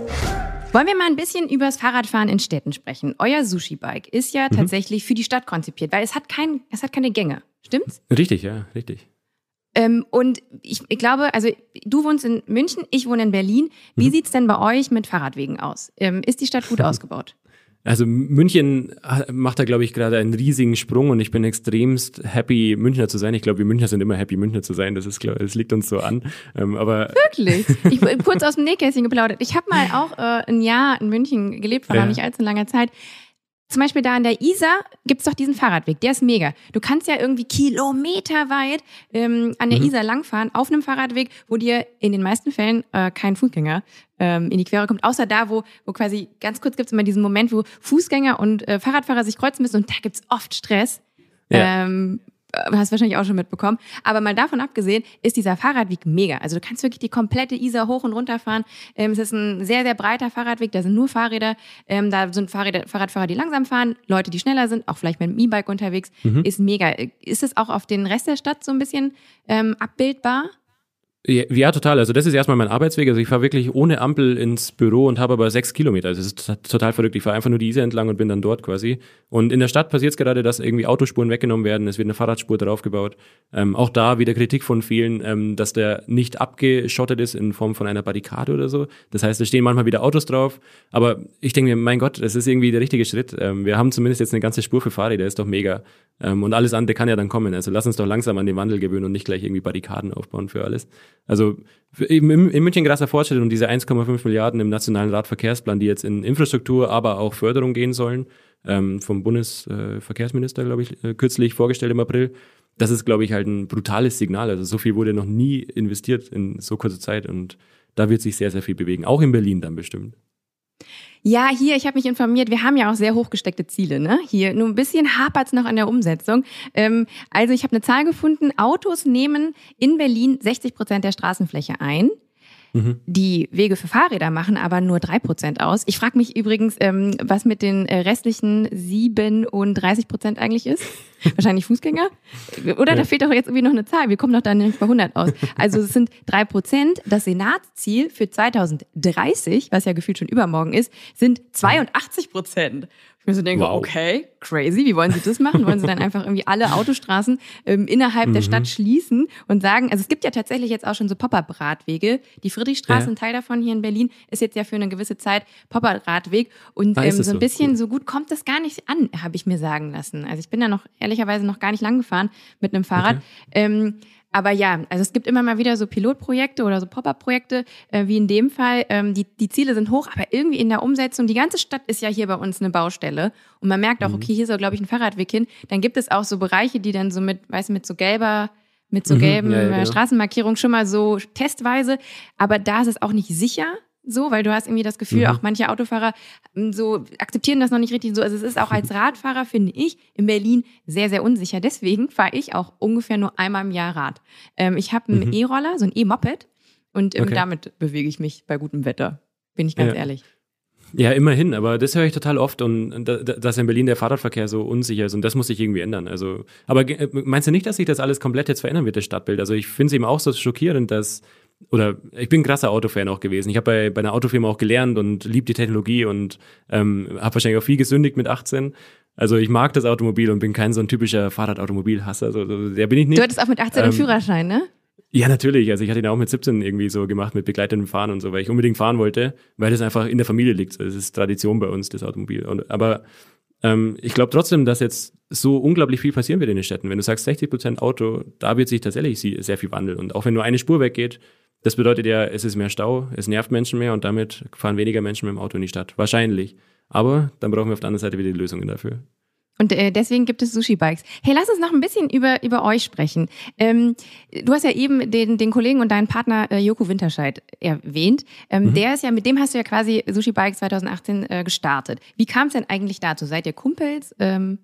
Wollen wir mal ein bisschen über das Fahrradfahren in Städten sprechen? Euer Sushi-Bike ist ja mhm. tatsächlich für die Stadt konzipiert, weil es hat, kein, es hat keine Gänge. Stimmt's? Richtig, ja, richtig. Ähm, und ich, ich glaube, also du wohnst in München, ich wohne in Berlin. Wie mhm. sieht's denn bei euch mit Fahrradwegen aus? Ähm, ist die Stadt gut ausgebaut? Also München macht da, glaube ich, gerade einen riesigen Sprung und ich bin extremst happy, Münchner zu sein. Ich glaube, wir Münchner sind immer happy, Münchner zu sein. Das ist klar, das liegt uns so an. Ähm, aber wirklich? Ich bin kurz aus dem Nähkästchen geplaudert. Ich habe mal auch äh, ein Jahr in München gelebt, vor ja. nicht allzu langer Zeit. Zum Beispiel da an der Isar gibt's doch diesen Fahrradweg, der ist mega. Du kannst ja irgendwie kilometerweit ähm, an der mhm. Isar langfahren, auf einem Fahrradweg, wo dir in den meisten Fällen äh, kein Fußgänger ähm, in die Quere kommt, außer da, wo wo quasi ganz kurz gibt's immer diesen Moment, wo Fußgänger und äh, Fahrradfahrer sich kreuzen müssen und da gibt's oft Stress. Ja. Ähm, hast wahrscheinlich auch schon mitbekommen. Aber mal davon abgesehen, ist dieser Fahrradweg mega. Also du kannst wirklich die komplette Isar hoch und runter fahren. Ähm, es ist ein sehr, sehr breiter Fahrradweg. Da sind nur Fahrräder. Ähm, da sind Fahrräder, Fahrradfahrer, die langsam fahren. Leute, die schneller sind. Auch vielleicht mit dem E-Bike unterwegs. Mhm. Ist mega. Ist es auch auf den Rest der Stadt so ein bisschen ähm, abbildbar? Ja, ja, total. Also das ist erstmal mein Arbeitsweg. Also ich fahre wirklich ohne Ampel ins Büro und habe aber sechs Kilometer. Also das ist total verrückt. Ich fahre einfach nur die Isar entlang und bin dann dort quasi. Und in der Stadt passiert es gerade, dass irgendwie Autospuren weggenommen werden. Es wird eine Fahrradspur draufgebaut. Ähm, auch da wieder Kritik von vielen, ähm, dass der nicht abgeschottet ist in Form von einer Barrikade oder so. Das heißt, da stehen manchmal wieder Autos drauf. Aber ich denke mir, mein Gott, das ist irgendwie der richtige Schritt. Ähm, wir haben zumindest jetzt eine ganze Spur für Fahrräder. Ist doch mega. Ähm, und alles andere kann ja dann kommen. Also lass uns doch langsam an den Wandel gewöhnen und nicht gleich irgendwie Barrikaden aufbauen für alles. Also in München krasser Fortschritt und diese eins Komma fünf Milliarden im nationalen Radverkehrsplan, die jetzt in Infrastruktur, aber auch Förderung gehen sollen, ähm, vom Bundesverkehrsminister, glaube ich, äh, kürzlich vorgestellt im April. Das ist, glaube ich, halt ein brutales Signal. Also so viel wurde noch nie investiert in so kurzer Zeit und da wird sich sehr, sehr viel bewegen. Auch in Berlin dann bestimmt. Ja, hier, ich habe mich informiert, wir haben ja auch sehr hochgesteckte Ziele, ne? Hier, nur ein bisschen hapert's noch an der Umsetzung. Ähm, also ich habe eine Zahl gefunden, Autos nehmen in Berlin sechzig Prozent der Straßenfläche ein. Mhm. Die Wege für Fahrräder machen aber nur drei Prozent aus. Ich frage mich übrigens, ähm, was mit den äh, restlichen siebenunddreißig Prozent eigentlich ist. Wahrscheinlich Fußgänger. Oder ja. Da fehlt doch jetzt irgendwie noch eine Zahl. Wir kommen doch dann nicht bei hundert aus. Also es sind drei Prozent. Das Senatsziel für zweitausenddreißig, was ja gefühlt schon übermorgen ist, sind zweiundachtzig Prozent. Ich mir so denke, wow. Okay, crazy, wie wollen Sie das machen? Wollen Sie dann einfach irgendwie alle Autostraßen ähm, innerhalb mhm. der Stadt schließen und sagen, also es gibt ja tatsächlich jetzt auch schon so Pop-Up-Radwege. Die Friedrichstraße, ja. ein Teil davon hier in Berlin, ist jetzt ja für eine gewisse Zeit Pop-Up-Radweg und ähm, so ein so? bisschen cool. So gut kommt das gar nicht an, habe ich mir sagen lassen. Also ich bin da noch ehrlicherweise noch gar nicht lang gefahren mit einem Fahrrad. Okay. Ähm, aber ja, also es gibt immer mal wieder so Pilotprojekte oder so Pop-up-Projekte, äh, wie in dem Fall. Ähm, die, die Ziele sind hoch, aber irgendwie in der Umsetzung, die ganze Stadt ist ja hier bei uns eine Baustelle und man merkt auch, okay, hier soll, glaube ich, ein Fahrradweg hin. Dann gibt es auch so Bereiche, die dann so mit, weißt du, mit so gelber, mit so gelben ja, ja, genau. Straßenmarkierungen schon mal so testweise, aber da ist es auch nicht sicher. So, weil du hast irgendwie das Gefühl, mhm. auch manche Autofahrer so akzeptieren das noch nicht richtig so. Also es ist auch als Radfahrer, finde ich, in Berlin sehr, sehr unsicher. Deswegen fahre ich auch ungefähr nur einmal im Jahr Rad. Ähm, ich habe einen mhm. E-Roller, so ein E-Moped und ähm, okay. damit bewege ich mich bei gutem Wetter, bin ich ganz ja. ehrlich. Ja, immerhin, aber das höre ich total oft und da, dass in Berlin der Fahrradverkehr so unsicher ist und das muss sich irgendwie ändern. Also, aber meinst du nicht, dass sich das alles komplett jetzt verändern wird, das Stadtbild? Also ich finde es eben auch so schockierend, dass Oder ich bin ein krasser Autofan auch gewesen. Ich habe bei, bei einer Autofirma auch gelernt und liebe die Technologie und ähm, habe wahrscheinlich auch viel gesündigt mit achtzehn. Also ich mag das Automobil und bin kein so ein typischer Fahrradautomobilhasser. So, so, der bin ich nicht. Du hattest auch mit achtzehn ähm, einen Führerschein, ne? Ja, natürlich. Also ich hatte ihn auch mit siebzehn irgendwie so gemacht, mit begleitendem Fahren und so, weil ich unbedingt fahren wollte, weil das einfach in der Familie liegt. Das ist Tradition bei uns, das Automobil. Und, aber ähm, ich glaube trotzdem, dass jetzt so unglaublich viel passieren wird in den Städten. Wenn du sagst sechzig Prozent Auto, da wird sich tatsächlich sehr viel wandeln. Und auch wenn nur eine Spur weggeht, das bedeutet ja, es ist mehr Stau, es nervt Menschen mehr und damit fahren weniger Menschen mit dem Auto in die Stadt. Wahrscheinlich. Aber dann brauchen wir auf der anderen Seite wieder die Lösungen dafür. Und äh, deswegen gibt es Sushi-Bikes. Hey, lass uns noch ein bisschen über über euch sprechen. Ähm, du hast ja eben den den Kollegen und deinen Partner äh, Joko Winterscheid erwähnt. Ähm, mhm. Der ist ja, mit dem hast du ja quasi Sushi-Bikes zwanzig achtzehn äh, gestartet. Wie kam es denn eigentlich dazu? Seid ihr Kumpels? Ähm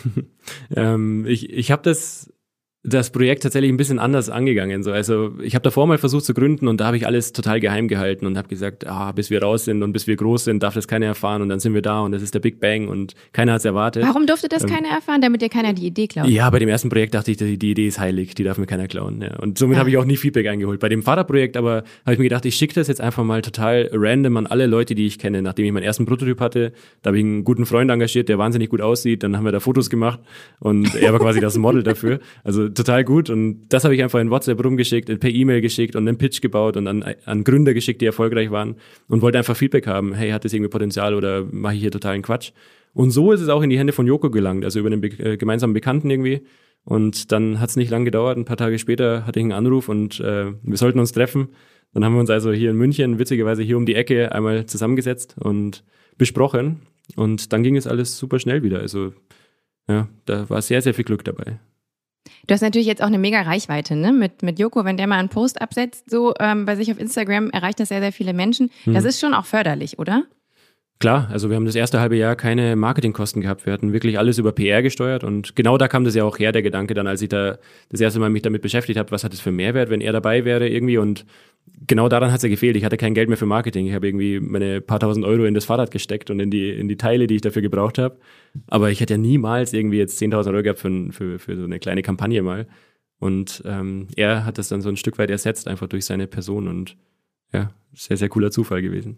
ähm, ich ich habe das das Projekt tatsächlich ein bisschen anders angegangen. So. Also ich habe davor mal versucht zu gründen und da habe ich alles total geheim gehalten und habe gesagt, ah, bis wir raus sind und bis wir groß sind, darf das keiner erfahren und dann sind wir da und das ist der Big Bang und keiner hat es erwartet. Warum durfte das ähm, keiner erfahren, damit dir keiner die Idee klaut? Ja, bei dem ersten Projekt dachte ich, die, die Idee ist heilig, die darf mir keiner klauen. Ja. Und somit ah. habe ich auch nie Feedback eingeholt. Bei dem Fahrradprojekt aber habe ich mir gedacht, ich schicke das jetzt einfach mal total random an alle Leute, die ich kenne. Nachdem ich meinen ersten Prototyp hatte, da habe ich einen guten Freund engagiert, der wahnsinnig gut aussieht, dann haben wir da Fotos gemacht und er war quasi das Model dafür. Also total gut und das habe ich einfach in WhatsApp rumgeschickt, per E-Mail geschickt und einen Pitch gebaut und an, an Gründer geschickt, die erfolgreich waren und wollte einfach Feedback haben. Hey, hat das irgendwie Potenzial oder mache ich hier totalen Quatsch? Und so ist es auch in die Hände von Joko gelangt, also über einen be- äh, gemeinsamen Bekannten irgendwie. Und dann hat es nicht lang gedauert. Ein paar Tage später hatte ich einen Anruf und äh, wir sollten uns treffen. Dann haben wir uns also hier in München, witzigerweise hier um die Ecke, einmal zusammengesetzt und besprochen. Und dann ging es alles super schnell wieder. Also ja, da war sehr, sehr viel Glück dabei. Du hast natürlich jetzt auch eine mega Reichweite, ne? Mit, mit Joko, wenn der mal einen Post absetzt, so ähm, bei sich auf Instagram, erreicht das sehr, sehr viele Menschen. Das hm. ist schon auch förderlich, oder? Klar, also wir haben das erste halbe Jahr keine Marketingkosten gehabt. Wir hatten wirklich alles über P R gesteuert und genau da kam das ja auch her, der Gedanke dann, als ich da das erste Mal mich damit beschäftigt habe, was hat das für Mehrwert, wenn er dabei wäre irgendwie und genau daran hat es ja gefehlt. Ich hatte kein Geld mehr für Marketing. Ich habe irgendwie meine paar tausend Euro in das Fahrrad gesteckt und in die in die Teile, die ich dafür gebraucht habe. Aber ich hätte ja niemals irgendwie jetzt zehntausend Euro gehabt für, für, für so eine kleine Kampagne mal. Und ähm, er hat das dann so ein Stück weit ersetzt, einfach durch seine Person und ja, sehr, sehr cooler Zufall gewesen.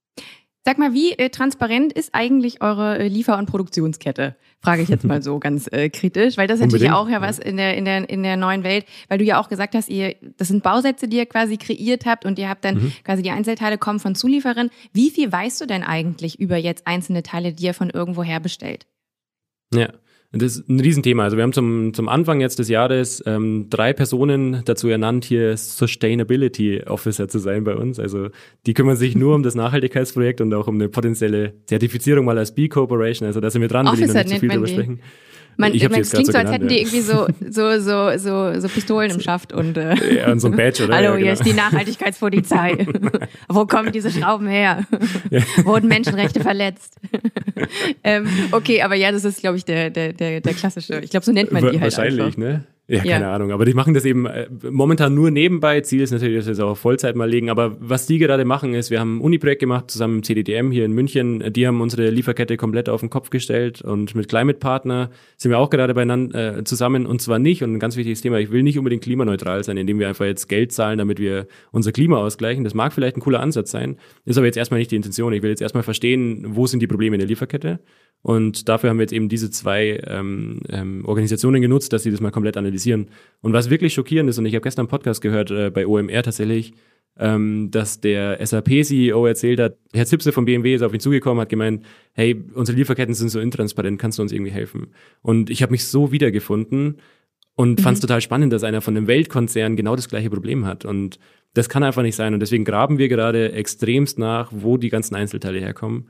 Sag mal, wie äh, transparent ist eigentlich eure äh, Liefer- und Produktionskette? Frage ich jetzt mal so ganz äh, kritisch, weil das ist natürlich auch ja was in der in der in der neuen Welt, weil du ja auch gesagt hast, ihr das sind Bausätze, die ihr quasi kreiert habt und ihr habt dann mhm. quasi die Einzelteile kommen von Zulieferern. Wie viel weißt du denn eigentlich über jetzt einzelne Teile, die ihr von irgendwo her bestellt? Ja. Das ist ein Riesenthema. Also wir haben zum, zum Anfang jetzt des Jahres ähm, drei Personen dazu ernannt, hier Sustainability Officer zu sein bei uns. Also die kümmern sich nur um das Nachhaltigkeitsprojekt und auch um eine potenzielle Zertifizierung mal als B-Corporation. Also da sind wir dran, will ich noch nicht zu viel drüber sprechen. Man, ich man, es klingt so, als hätten ja. die irgendwie so, so, so, so, so Pistolen im Schaft und, äh, ja, und so ein Badge, oder? Hallo, ja, genau. Hier ist die Nachhaltigkeitspolizei. Wo kommen diese Schrauben her? Ja. Wurden Menschenrechte verletzt? ähm, okay, aber ja, das ist, glaube ich, der, der, der, der klassische. Ich glaube, so nennt man die halt Wahrscheinlich, einfach. ne? Ja, keine ja. Ahnung. Aber die machen das eben äh, momentan nur nebenbei. Ziel ist natürlich, dass wir es auch auf Vollzeit mal legen. Aber was die gerade machen, ist, wir haben ein Uni-Projekt gemacht, zusammen mit C D D M hier in München. Die haben unsere Lieferkette komplett auf den Kopf gestellt. Und mit Climate Partner sind wir auch gerade beieinander äh, zusammen. Und zwar nicht, und ein ganz wichtiges Thema, ich will nicht unbedingt klimaneutral sein, indem wir einfach jetzt Geld zahlen, damit wir unser Klima ausgleichen. Das mag vielleicht ein cooler Ansatz sein, ist aber jetzt erstmal nicht die Intention. Ich will jetzt erstmal verstehen, wo sind die Probleme in der Lieferkette. Und dafür haben wir jetzt eben diese zwei ähm, ähm, Organisationen genutzt, dass sie das mal komplett analysieren. Und was wirklich schockierend ist, und ich habe gestern einen Podcast gehört äh, bei O M R tatsächlich, ähm, dass der S A P-C E O erzählt hat, Herr Zipse von B M W ist auf ihn zugekommen, hat gemeint, hey, unsere Lieferketten sind so intransparent, kannst du uns irgendwie helfen? Und ich habe mich so wiedergefunden. Und Mhm. fand es total spannend, dass einer von einem Weltkonzern genau das gleiche Problem hat. Und das kann einfach nicht sein. Und deswegen graben wir gerade extremst nach, wo die ganzen Einzelteile herkommen.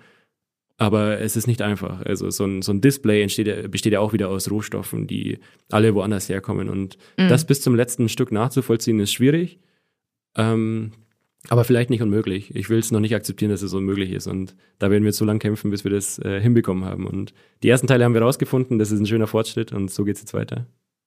Aber es ist nicht einfach. Also so ein, so ein Display entsteht, besteht ja auch wieder aus Rohstoffen, die alle woanders herkommen. Und Mhm. das bis zum letzten Stück nachzuvollziehen, ist schwierig. Ähm, aber vielleicht nicht unmöglich. Ich will es noch nicht akzeptieren, dass es unmöglich ist. Und da werden wir jetzt so lange kämpfen, bis wir das äh, hinbekommen haben. Und die ersten Teile haben wir rausgefunden. Das ist ein schöner Fortschritt. Und so geht es jetzt weiter.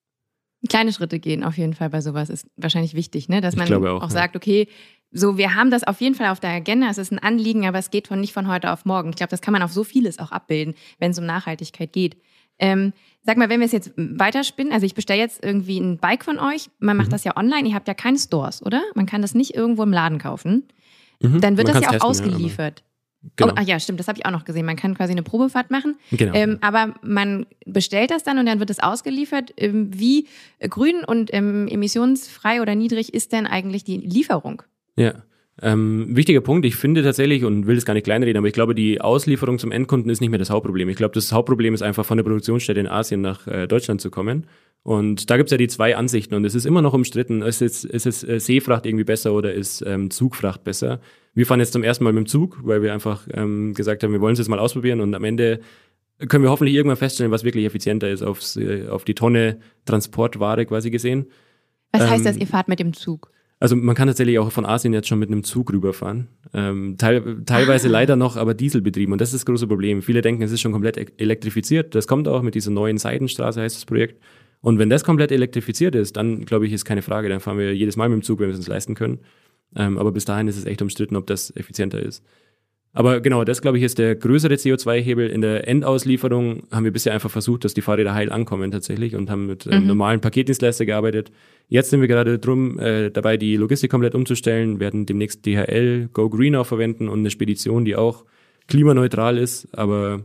Kleine Schritte gehen auf jeden Fall bei sowas ist wahrscheinlich wichtig, ne? Dass Ich man glaube auch, auch, ja. sagt, okay, so wir haben das auf jeden Fall auf der Agenda, es ist ein Anliegen, aber es geht von nicht von heute auf morgen. Ich glaube, das kann man auf so vieles auch abbilden, wenn es um Nachhaltigkeit geht. Ähm, sag mal, wenn wir es jetzt weiterspinnen, also ich bestelle jetzt irgendwie ein Bike von euch, man macht Mhm. das ja online, ihr habt ja keine Stores, oder? Man kann das nicht irgendwo im Laden kaufen. Mhm. Dann wird Man das ja kann's auch testen, ausgeliefert. Ja, genau. Oh, ach ja, stimmt, das habe ich auch noch gesehen. Man kann quasi eine Probefahrt machen, genau. ähm, aber man bestellt das dann und dann wird es ausgeliefert. Ähm, wie grün und ähm, emissionsfrei oder niedrig ist denn eigentlich die Lieferung? Ja, ähm, wichtiger Punkt. Ich finde tatsächlich, und will das gar nicht kleinreden, aber ich glaube, die Auslieferung zum Endkunden ist nicht mehr das Hauptproblem. Ich glaube, das Hauptproblem ist einfach, von der Produktionsstätte in Asien nach äh, Deutschland zu kommen. Und da gibt's ja die zwei Ansichten und es ist immer noch umstritten, ist es, ist es äh, Seefracht irgendwie besser oder ist ähm, Zugfracht besser? Wir fahren jetzt zum ersten Mal mit dem Zug, weil wir einfach ähm, gesagt haben, wir wollen es jetzt mal ausprobieren und am Ende können wir hoffentlich irgendwann feststellen, was wirklich effizienter ist aufs, äh, auf die Tonne Transportware quasi gesehen. Was heißt Ähm, das, ihr fahrt mit dem Zug? Also man kann tatsächlich auch von Asien jetzt schon mit einem Zug rüberfahren. Ähm, teil, teilweise leider noch, aber dieselbetrieben. Und das ist das große Problem. Viele denken, es ist schon komplett e- elektrifiziert. Das kommt auch mit dieser neuen Seidenstraße, heißt das Projekt. Und wenn das komplett elektrifiziert ist, dann glaube ich, ist keine Frage. Dann fahren wir jedes Mal mit dem Zug, wenn wir es uns leisten können. Ähm, aber bis dahin ist es echt umstritten, ob das effizienter ist. Aber genau, das glaube ich ist der größere C O zwei Hebel. In der Endauslieferung haben wir bisher einfach versucht, dass die Fahrräder heil ankommen tatsächlich und haben mit ähm, Mhm. normalen Paketdienstleister gearbeitet. Jetzt sind wir gerade drum äh, dabei, die Logistik komplett umzustellen, werden demnächst D H L, Go Green auch verwenden und eine Spedition, die auch klimaneutral ist. Aber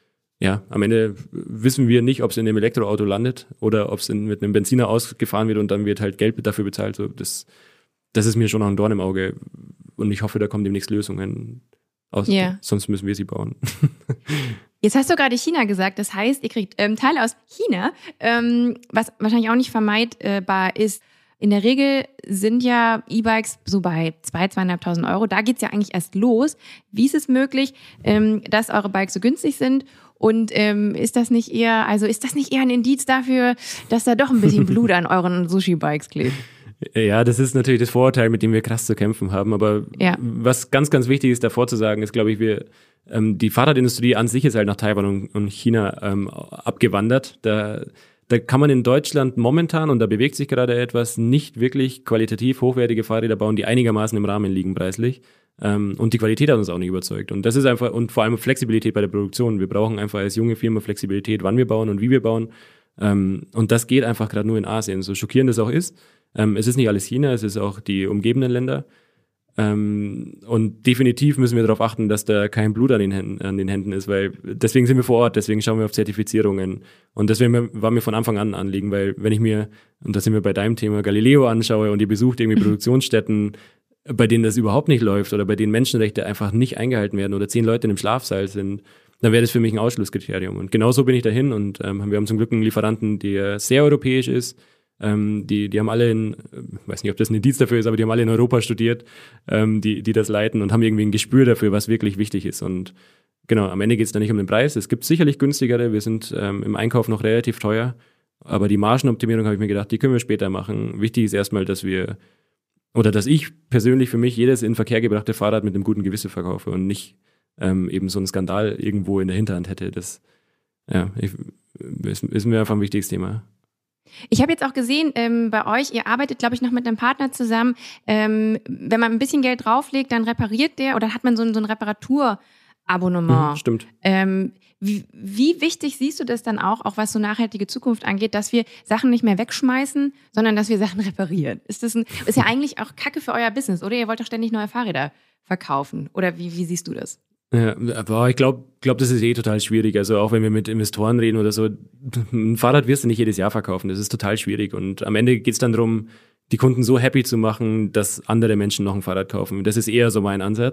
ja, am Ende wissen wir nicht, ob es in einem Elektroauto landet oder ob es mit einem Benziner ausgefahren wird und dann wird halt Geld dafür bezahlt. So, das, das ist mir schon noch ein Dorn im Auge und ich hoffe, da kommen demnächst Lösungen. Aus, Ja. Sonst müssen wir sie bauen. Jetzt hast du gerade China gesagt, das heißt, ihr kriegt ähm, Teile aus China, ähm, was wahrscheinlich auch nicht vermeidbar ist. In der Regel sind ja E-Bikes so bei zweitausend, zweitausendfünfhundert Euro. Da geht's ja eigentlich erst los. Wie ist es möglich, ähm, dass eure Bikes so günstig sind? Und ähm, ist das nicht eher, also ist das nicht eher ein Indiz dafür, dass da doch ein bisschen Blut an euren Sushi-Bikes klebt? Ja, das ist natürlich das Vorurteil, mit dem wir krass zu kämpfen haben. Aber Ja. was ganz, ganz wichtig ist, davor zu sagen, ist, glaube ich, wir ähm, die Fahrradindustrie an sich ist halt nach Taiwan und, und China ähm, abgewandert. Da, da kann man in Deutschland momentan, und da bewegt sich gerade etwas, nicht wirklich qualitativ hochwertige Fahrräder bauen, die einigermaßen im Rahmen liegen preislich. Ähm, und die Qualität hat uns auch nicht überzeugt. Und das ist einfach, und vor allem Flexibilität bei der Produktion. Wir brauchen einfach als junge Firma Flexibilität, wann wir bauen und wie wir bauen. Ähm, und das geht einfach gerade nur in Asien, so schockierend es auch ist. Ähm, es ist nicht alles China, es ist auch die umgebenden Länder. Ähm, und definitiv müssen wir darauf achten, dass da kein Blut an den, Händen, an den Händen ist, weil deswegen sind wir vor Ort, deswegen schauen wir auf Zertifizierungen. Und deswegen war mir von Anfang an ein Anliegen, weil wenn ich mir, und da sind wir bei deinem Thema, Galileo anschaue und ihr besucht irgendwie Produktionsstätten, bei denen das überhaupt nicht läuft oder bei denen Menschenrechte einfach nicht eingehalten werden oder zehn Leute in einem Schlafsaal sind, dann wäre das für mich ein Ausschlusskriterium. Und genau so bin ich dahin und ähm, wir haben zum Glück einen Lieferanten, der sehr europäisch ist. Ähm, die, die haben alle in, ich weiß nicht, ob das ein Indiz dafür ist, aber die haben alle in Europa studiert, ähm, die, die das leiten und haben irgendwie ein Gespür dafür, was wirklich wichtig ist. Und genau, am Ende geht es da nicht um den Preis. Es gibt sicherlich günstigere, wir sind ähm, im Einkauf noch relativ teuer, aber die Margenoptimierung habe ich mir gedacht, die können wir später machen. Wichtig ist erstmal, dass wir, oder dass ich persönlich für mich jedes in Verkehr gebrachte Fahrrad mit einem guten Gewissen verkaufe und nicht ähm, eben so einen Skandal irgendwo in der Hinterhand hätte. Das ja, ich, ist, ist mir einfach ein wichtiges Thema. Ich habe jetzt auch gesehen, ähm, bei euch, ihr arbeitet, glaube ich, noch mit einem Partner zusammen. Ähm, wenn man ein bisschen Geld drauflegt, dann repariert der oder hat man so ein, so ein Reparaturabonnement. Mhm, stimmt. Ähm, wie, wie wichtig siehst du das dann auch, auch was so nachhaltige Zukunft angeht, dass wir Sachen nicht mehr wegschmeißen, sondern dass wir Sachen reparieren? Ist das ein, ist ja eigentlich auch Kacke für euer Business, oder? Ihr wollt doch ständig neue Fahrräder verkaufen. Oder wie, wie siehst du das? Ja, aber ich glaube, glaub, das ist eh total schwierig. Also auch wenn wir mit Investoren reden oder so, ein Fahrrad wirst du nicht jedes Jahr verkaufen. Das ist total schwierig. Und am Ende geht es dann darum, die Kunden so happy zu machen, dass andere Menschen noch ein Fahrrad kaufen. Das ist eher so mein Ansatz.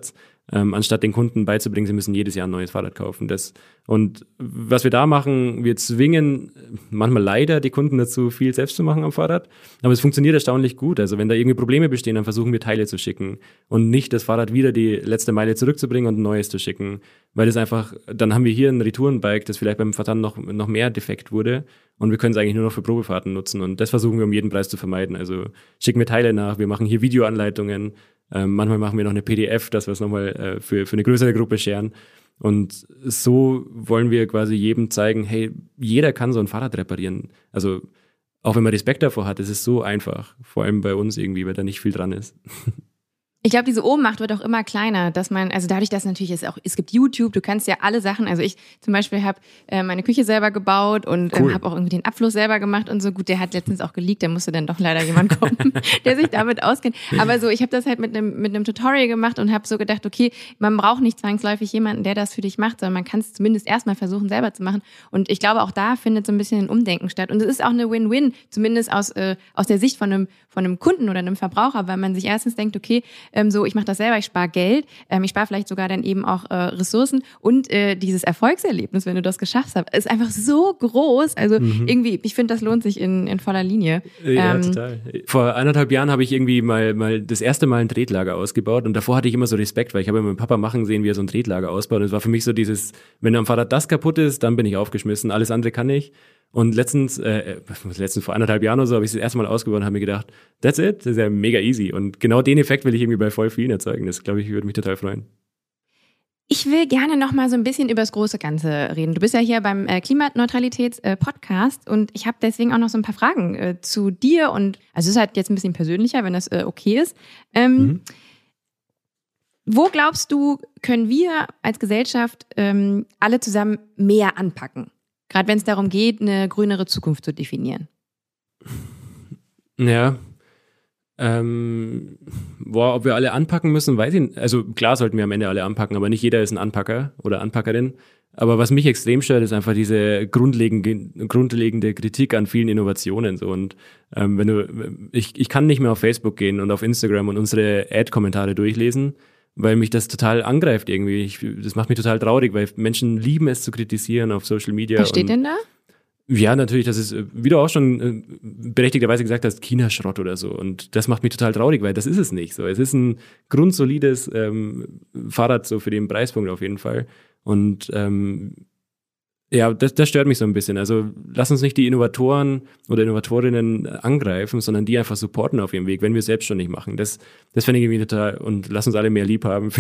ähm, anstatt den Kunden beizubringen, sie müssen jedes Jahr ein neues Fahrrad kaufen. Das, und was wir da machen, wir zwingen manchmal leider die Kunden dazu, viel selbst zu machen am Fahrrad, aber es funktioniert erstaunlich gut. Also wenn da irgendwie Probleme bestehen, dann versuchen wir Teile zu schicken und nicht das Fahrrad wieder die letzte Meile zurückzubringen und ein neues zu schicken, weil das einfach, dann haben wir hier ein Retourenbike, das vielleicht beim Versand noch, noch mehr defekt wurde und wir können es eigentlich nur noch für Probefahrten nutzen und das versuchen wir um jeden Preis zu vermeiden. Also schicken wir Teile nach, wir machen hier Videoanleitungen, ähm, manchmal machen wir noch eine P D F, dass wir es nochmal äh, für, für eine größere Gruppe scheren und so wollen wir quasi jedem zeigen, hey, jeder kann so ein Fahrrad reparieren. Also auch wenn man Respekt davor hat, es ist so einfach, vor allem bei uns irgendwie, weil da nicht viel dran ist. Ich glaube, diese Ohnmacht wird auch immer kleiner, dass man, also dadurch, dass natürlich es auch, es gibt YouTube, du kannst ja alle Sachen, also ich zum Beispiel habe äh, meine Küche selber gebaut und Cool. ähm, habe auch irgendwie den Abfluss selber gemacht und so. Gut, der hat letztens auch geleakt, da musste dann doch leider jemand kommen, der sich damit auskennt. Aber so, ich habe das halt mit einem mit einem Tutorial gemacht und habe so gedacht, okay, man braucht nicht zwangsläufig jemanden, der das für dich macht, sondern man kann es zumindest erstmal versuchen, selber zu machen. Und ich glaube, auch da findet so ein bisschen ein Umdenken statt. Und es ist auch eine Win-Win, zumindest aus äh, aus der Sicht von einem von einem Kunden oder einem Verbraucher, weil man sich erstens denkt, okay, ähm, so ich mache das selber, ich spare Geld, ähm, ich spare vielleicht sogar dann eben auch äh, Ressourcen und äh, dieses Erfolgserlebnis, wenn du das geschafft hast, ist einfach so groß. Also Mhm. irgendwie, ich finde, das lohnt sich in, in voller Linie. Ja, Ähm, total. Vor eineinhalb Jahren habe ich irgendwie mal, mal das erste Mal ein Tretlager ausgebaut und davor hatte ich immer so Respekt, weil ich habe meinen Papa machen sehen, wie er so ein Tretlager ausbaut und es war für mich so dieses, wenn am Fahrrad das kaputt ist, dann bin ich aufgeschmissen, alles andere kann ich. Und letztens, äh, letztens vor anderthalb Jahren oder so, habe ich es das erste Mal ausgebaut und habe mir gedacht, that's it, das ist ja mega easy. Und genau den Effekt will ich irgendwie bei voll vielen erzeugen. Das, glaube ich, würde mich total freuen. Ich will gerne noch mal so ein bisschen über das große Ganze reden. Du bist ja hier beim äh, Klimaneutralitäts-Podcast äh, und ich habe deswegen auch noch so ein paar Fragen äh, zu dir und, also es ist halt jetzt ein bisschen persönlicher, wenn das äh, okay ist. Ähm, Mhm. Wo glaubst du, können wir als Gesellschaft ähm, alle zusammen mehr anpacken? Gerade wenn es darum geht, eine grünere Zukunft zu definieren. Ja, ähm, boah, ob wir alle anpacken müssen, weiß ich nicht. Also klar sollten wir am Ende alle anpacken, aber nicht jeder ist ein Anpacker oder Anpackerin. Aber was mich extrem stört, ist einfach diese grundlegende, grundlegende Kritik an vielen Innovationen. So. Und ähm, wenn du, ich, ich kann nicht mehr auf Facebook gehen und auf Instagram und unsere Ad-Kommentare durchlesen, weil mich das total angreift irgendwie. Ich, das macht mich total traurig, weil Menschen lieben es zu kritisieren auf Social Media. Was steht und, denn da? Ja, natürlich, das ist, wie du auch schon äh, berechtigterweise gesagt hast, China-Schrott oder so. Und das macht mich total traurig, weil das ist es nicht so. Es ist ein grundsolides ähm, Fahrrad so für den Preispunkt auf jeden Fall. Und ähm, ja, das, das stört mich so ein bisschen. Also lass uns nicht die Innovatoren oder Innovatorinnen angreifen, sondern die einfach supporten auf ihrem Weg, wenn wir es selbst schon nicht machen. Das, das fände ich irgendwie total, und lass uns alle mehr lieb haben.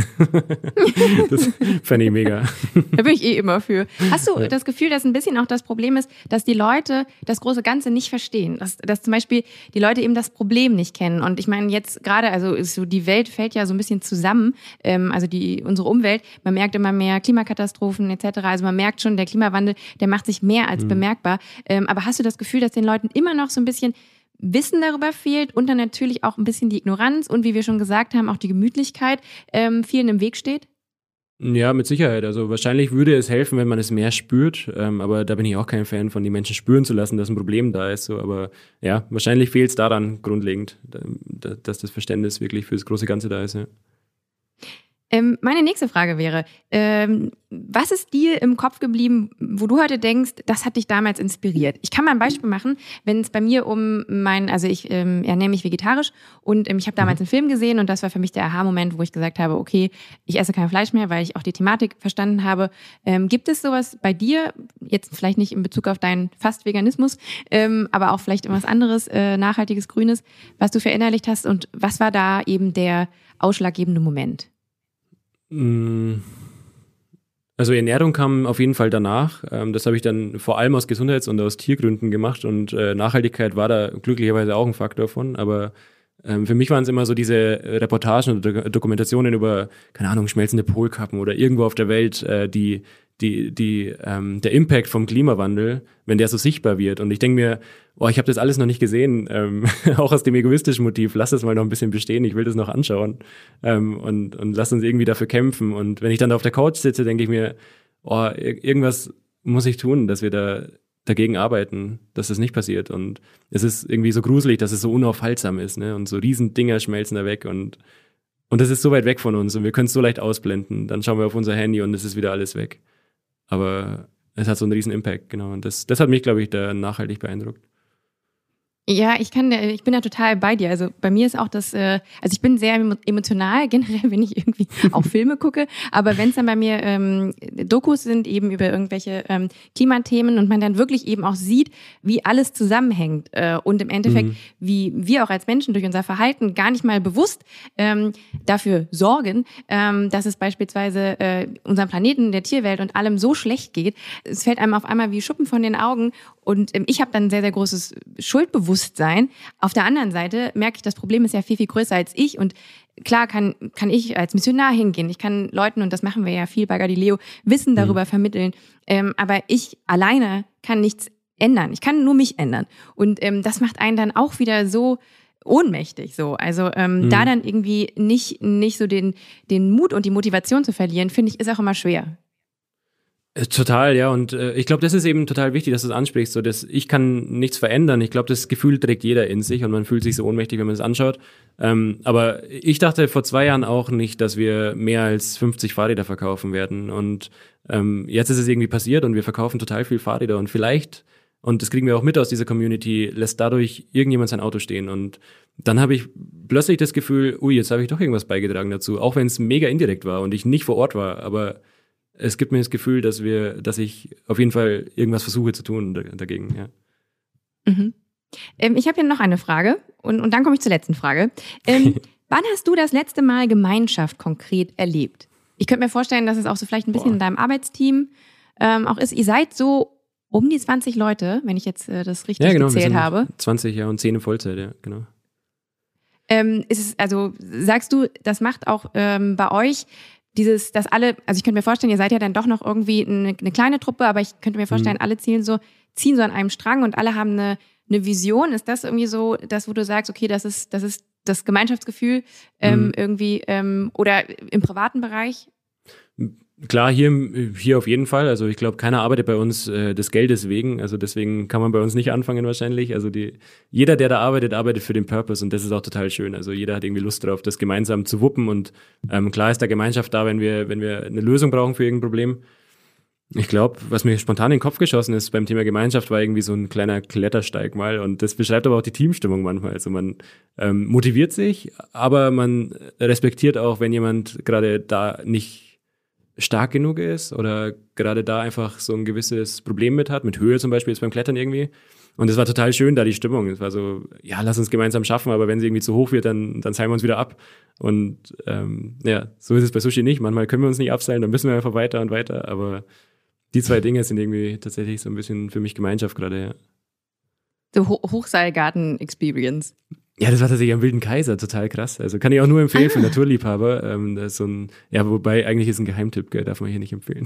Das fände ich mega. Da bin ich eh immer für. Hast du Ja. das Gefühl, dass ein bisschen auch das Problem ist, dass die Leute das große Ganze nicht verstehen? Dass, dass zum Beispiel die Leute eben das Problem nicht kennen. Und ich meine jetzt gerade, also ist so, die Welt fällt ja so ein bisschen zusammen, ähm, also die unsere Umwelt. Man merkt immer mehr Klimakatastrophen et cetera. Also man merkt schon, der Klimawandel, der macht sich mehr als Mhm. bemerkbar. Ähm, aber hast du das Gefühl, dass den Leuten immer noch so ein bisschen Wissen darüber fehlt und dann natürlich auch ein bisschen die Ignoranz und wie wir schon gesagt haben, auch die Gemütlichkeit ähm, vielen im Weg steht? Ja, mit Sicherheit. Also wahrscheinlich würde es helfen, wenn man es mehr spürt. Ähm, aber da bin ich auch kein Fan von, die Menschen spüren zu lassen, dass ein Problem da ist. So. Aber ja, wahrscheinlich fehlt es daran grundlegend, da, dass das Verständnis wirklich für das große Ganze da ist. Ja. Ähm, meine nächste Frage wäre, ähm, was ist dir im Kopf geblieben, wo du heute denkst, das hat dich damals inspiriert? Ich kann mal ein Beispiel machen, wenn es bei mir um mein, also ich ähm, ernähre mich vegetarisch und ähm, ich habe damals einen Film gesehen und das war für mich der Aha-Moment, wo ich gesagt habe, okay, ich esse kein Fleisch mehr, weil ich auch die Thematik verstanden habe. Ähm, gibt es sowas bei dir, jetzt vielleicht nicht in Bezug auf deinen Fast-Veganismus, ähm, aber auch vielleicht irgendwas anderes, äh, nachhaltiges, grünes, was du verinnerlicht hast und was war da eben der ausschlaggebende Moment? Also Ernährung kam auf jeden Fall danach. Das habe ich dann vor allem aus Gesundheits- und aus Tiergründen gemacht und Nachhaltigkeit war da glücklicherweise auch ein Faktor von. Aber für mich waren es immer so diese Reportagen oder Dokumentationen über, keine Ahnung, schmelzende Polkappen oder irgendwo auf der Welt, die, die, die, ähm, der Impact vom Klimawandel, wenn der so sichtbar wird. Und ich denke mir, oh, ich habe das alles noch nicht gesehen, ähm, auch aus dem egoistischen Motiv, lass das mal noch ein bisschen bestehen, ich will das noch anschauen ähm, und, und lass uns irgendwie dafür kämpfen. Und wenn ich dann auf der Couch sitze, denke ich mir, oh, irgendwas muss ich tun, dass wir da dagegen arbeiten, dass das nicht passiert. Und es ist irgendwie so gruselig, dass es so unaufhaltsam ist, ne? Und so Riesendinger schmelzen da weg und Und das ist so weit weg von uns und wir können es so leicht ausblenden. Dann schauen wir auf unser Handy und es ist wieder alles weg. Aber es hat so einen riesen Impact, genau. Und das, das hat mich, glaube ich, da nachhaltig beeindruckt. Ja, ich kann, ich bin da total bei dir. Also bei mir ist auch das, also ich bin sehr emotional generell, wenn ich irgendwie auch Filme gucke. Aber wenn es dann bei mir ähm, Dokus sind eben über irgendwelche ähm, Klimathemen und man dann wirklich eben auch sieht, wie alles zusammenhängt äh, und im Endeffekt, mhm. wie wir auch als Menschen durch unser Verhalten gar nicht mal bewusst ähm, dafür sorgen, ähm, dass es beispielsweise äh, unserem Planeten, der Tierwelt und allem so schlecht geht. Es fällt einem auf einmal wie Schuppen von den Augen und ähm, ich habe dann ein sehr, sehr großes Schuldbewusstsein. Auf der anderen Seite merke ich, das Problem ist ja viel, viel größer als ich und klar kann, kann ich als Missionar hingehen. Ich kann Leuten, und das machen wir ja viel bei Galileo, Wissen darüber mhm. vermitteln, ähm, aber ich alleine kann nichts ändern. Ich kann nur mich ändern und ähm, das macht einen dann auch wieder so ohnmächtig so. Also ähm, mhm. da dann irgendwie nicht, nicht so den, den Mut und die Motivation zu verlieren, finde ich, ist auch immer schwer. Total, ja, und äh, ich glaube, das ist eben total wichtig, dass du es ansprichst, so dass ich kann nichts verändern. Ich glaube, das Gefühl trägt jeder in sich und man fühlt sich so ohnmächtig, wenn man es anschaut. Ähm, aber ich dachte vor zwei Jahren auch nicht, dass wir mehr als fünfzig Fahrräder verkaufen werden und ähm, jetzt ist es irgendwie passiert und wir verkaufen total viel Fahrräder und vielleicht, und das kriegen wir auch mit aus dieser Community, lässt dadurch irgendjemand sein Auto stehen und dann habe ich plötzlich das Gefühl, ui, jetzt habe ich doch irgendwas beigetragen dazu, auch wenn es mega indirekt war und ich nicht vor Ort war, aber es gibt mir das Gefühl, dass wir, dass ich auf jeden Fall irgendwas versuche zu tun dagegen, ja. Mhm. Ähm, ich habe hier noch eine Frage und, und dann komme ich zur letzten Frage. Ähm, wann hast du das letzte Mal Gemeinschaft konkret erlebt? Ich könnte mir vorstellen, dass es auch so vielleicht ein bisschen Boah. in deinem Arbeitsteam ähm, auch ist. Ihr seid so um die zwanzig Leute, wenn ich jetzt äh, das richtig ja, genau, gezählt habe. zwanzig, ja, und zehn in Vollzeit, ja, genau. Ähm, ist es, also sagst du, das macht auch ähm, bei euch dieses, dass alle, also ich könnte mir vorstellen, ihr seid ja dann doch noch irgendwie eine, eine kleine Truppe, aber ich könnte mir vorstellen, mhm. alle zielen so, ziehen so an einem Strang und alle haben eine, eine Vision. Ist das irgendwie so, das, wo du sagst, okay, das ist, das ist das Gemeinschaftsgefühl ähm, mhm. irgendwie ähm, oder im privaten Bereich? Klar, hier, hier auf jeden Fall. Also ich glaube, keiner arbeitet bei uns äh, des Geldes wegen. Also deswegen kann man bei uns nicht anfangen wahrscheinlich. Also die, jeder, der da arbeitet, arbeitet für den Purpose und das ist auch total schön. Also jeder hat irgendwie Lust drauf, das gemeinsam zu wuppen und ähm, klar ist da Gemeinschaft da, wenn wir, wenn wir eine Lösung brauchen für irgendein Problem. Ich glaube, was mir spontan in den Kopf geschossen ist beim Thema Gemeinschaft, war irgendwie so ein kleiner Klettersteig mal und das beschreibt aber auch die Teamstimmung manchmal. Also man ähm, motiviert sich, aber man respektiert auch, wenn jemand gerade da nicht stark genug ist oder gerade da einfach so ein gewisses Problem mit hat, mit Höhe zum Beispiel jetzt beim Klettern irgendwie. Und es war total schön, da die Stimmung. Es war so, ja, lass uns gemeinsam schaffen, aber wenn sie irgendwie zu hoch wird, dann, dann seilen wir uns wieder ab. Und ähm, ja, so ist es bei Sushi nicht. Manchmal können wir uns nicht abseilen, dann müssen wir einfach weiter und weiter. Aber die zwei Dinge sind irgendwie tatsächlich so ein bisschen für mich Gemeinschaft gerade, ja. So Ho- Hochseilgarten-Experience. Ja, das war tatsächlich am Wilden Kaiser, total krass. Also kann ich auch nur empfehlen ah. für Naturliebhaber. Ähm, das ist so ein, ja, wobei eigentlich ist ein Geheimtipp, gell, darf man hier nicht empfehlen.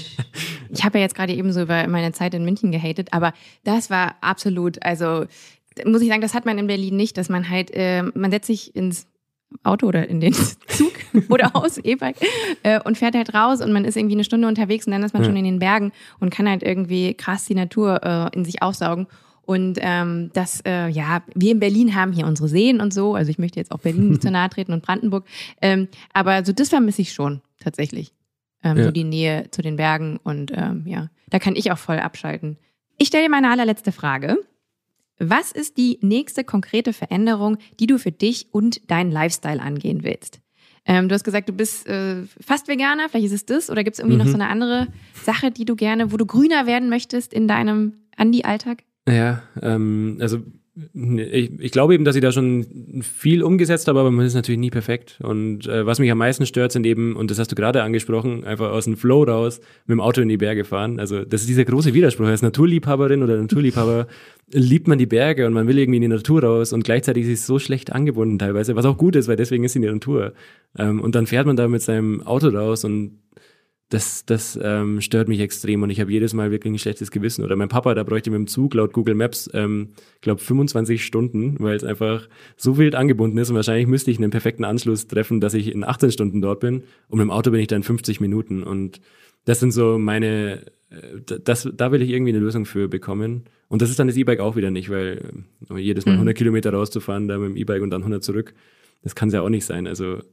Ich habe ja jetzt gerade eben so über meine Zeit in München gehatet, aber das war absolut, also muss ich sagen, das hat man in Berlin nicht, dass man halt, äh, man setzt sich ins Auto oder in den Zug oder aus E-Bike äh, und fährt halt raus und man ist irgendwie eine Stunde unterwegs und dann ist man ja. schon in den Bergen und kann halt irgendwie krass die Natur äh, in sich aufsaugen. Und ähm, das, äh, ja, wir in Berlin haben hier unsere Seen und so, also ich möchte jetzt auch Berlin nicht zu nahe treten und Brandenburg, ähm, aber so das vermisse ich schon tatsächlich, ähm, ja. so die Nähe zu den Bergen und ähm, ja, da kann ich auch voll abschalten. Ich stelle dir meine allerletzte Frage. Was ist die nächste konkrete Veränderung, die du für dich und deinen Lifestyle angehen willst? Ähm, du hast gesagt, du bist äh, fast Veganer, vielleicht ist es das, oder gibt es irgendwie mhm. noch so eine andere Sache, die du gerne, wo du grüner werden möchtest in deinem Andi-Alltag? Ja, ähm, also ich, ich glaube eben, dass ich da schon viel umgesetzt habe, aber man ist natürlich nie perfekt. Und äh, was mich am meisten stört, sind eben, und das hast du gerade angesprochen, einfach aus dem Flow raus mit dem Auto in die Berge fahren. Also das ist dieser große Widerspruch. Als Naturliebhaberin oder Naturliebhaber liebt man die Berge und man will irgendwie in die Natur raus und gleichzeitig ist es so schlecht angebunden teilweise, was auch gut ist, weil deswegen ist sie in der Natur. Ähm, und dann fährt man da mit seinem Auto raus und Das, das ähm, stört mich extrem und ich habe jedes Mal wirklich ein schlechtes Gewissen. Oder mein Papa, da bräuchte mit dem Zug laut Google Maps, ähm, glaube fünfundzwanzig Stunden, weil es einfach so wild angebunden ist und wahrscheinlich müsste ich einen perfekten Anschluss treffen, dass ich in achtzehn Stunden dort bin und mit dem Auto bin ich dann fünfzig Minuten und das sind so meine, das, da will ich irgendwie eine Lösung für bekommen und das ist dann das E-Bike auch wieder nicht, weil jedes Mal hundert Kilometer rauszufahren, da mit dem E-Bike und dann hundert zurück, das kann es ja auch nicht sein, also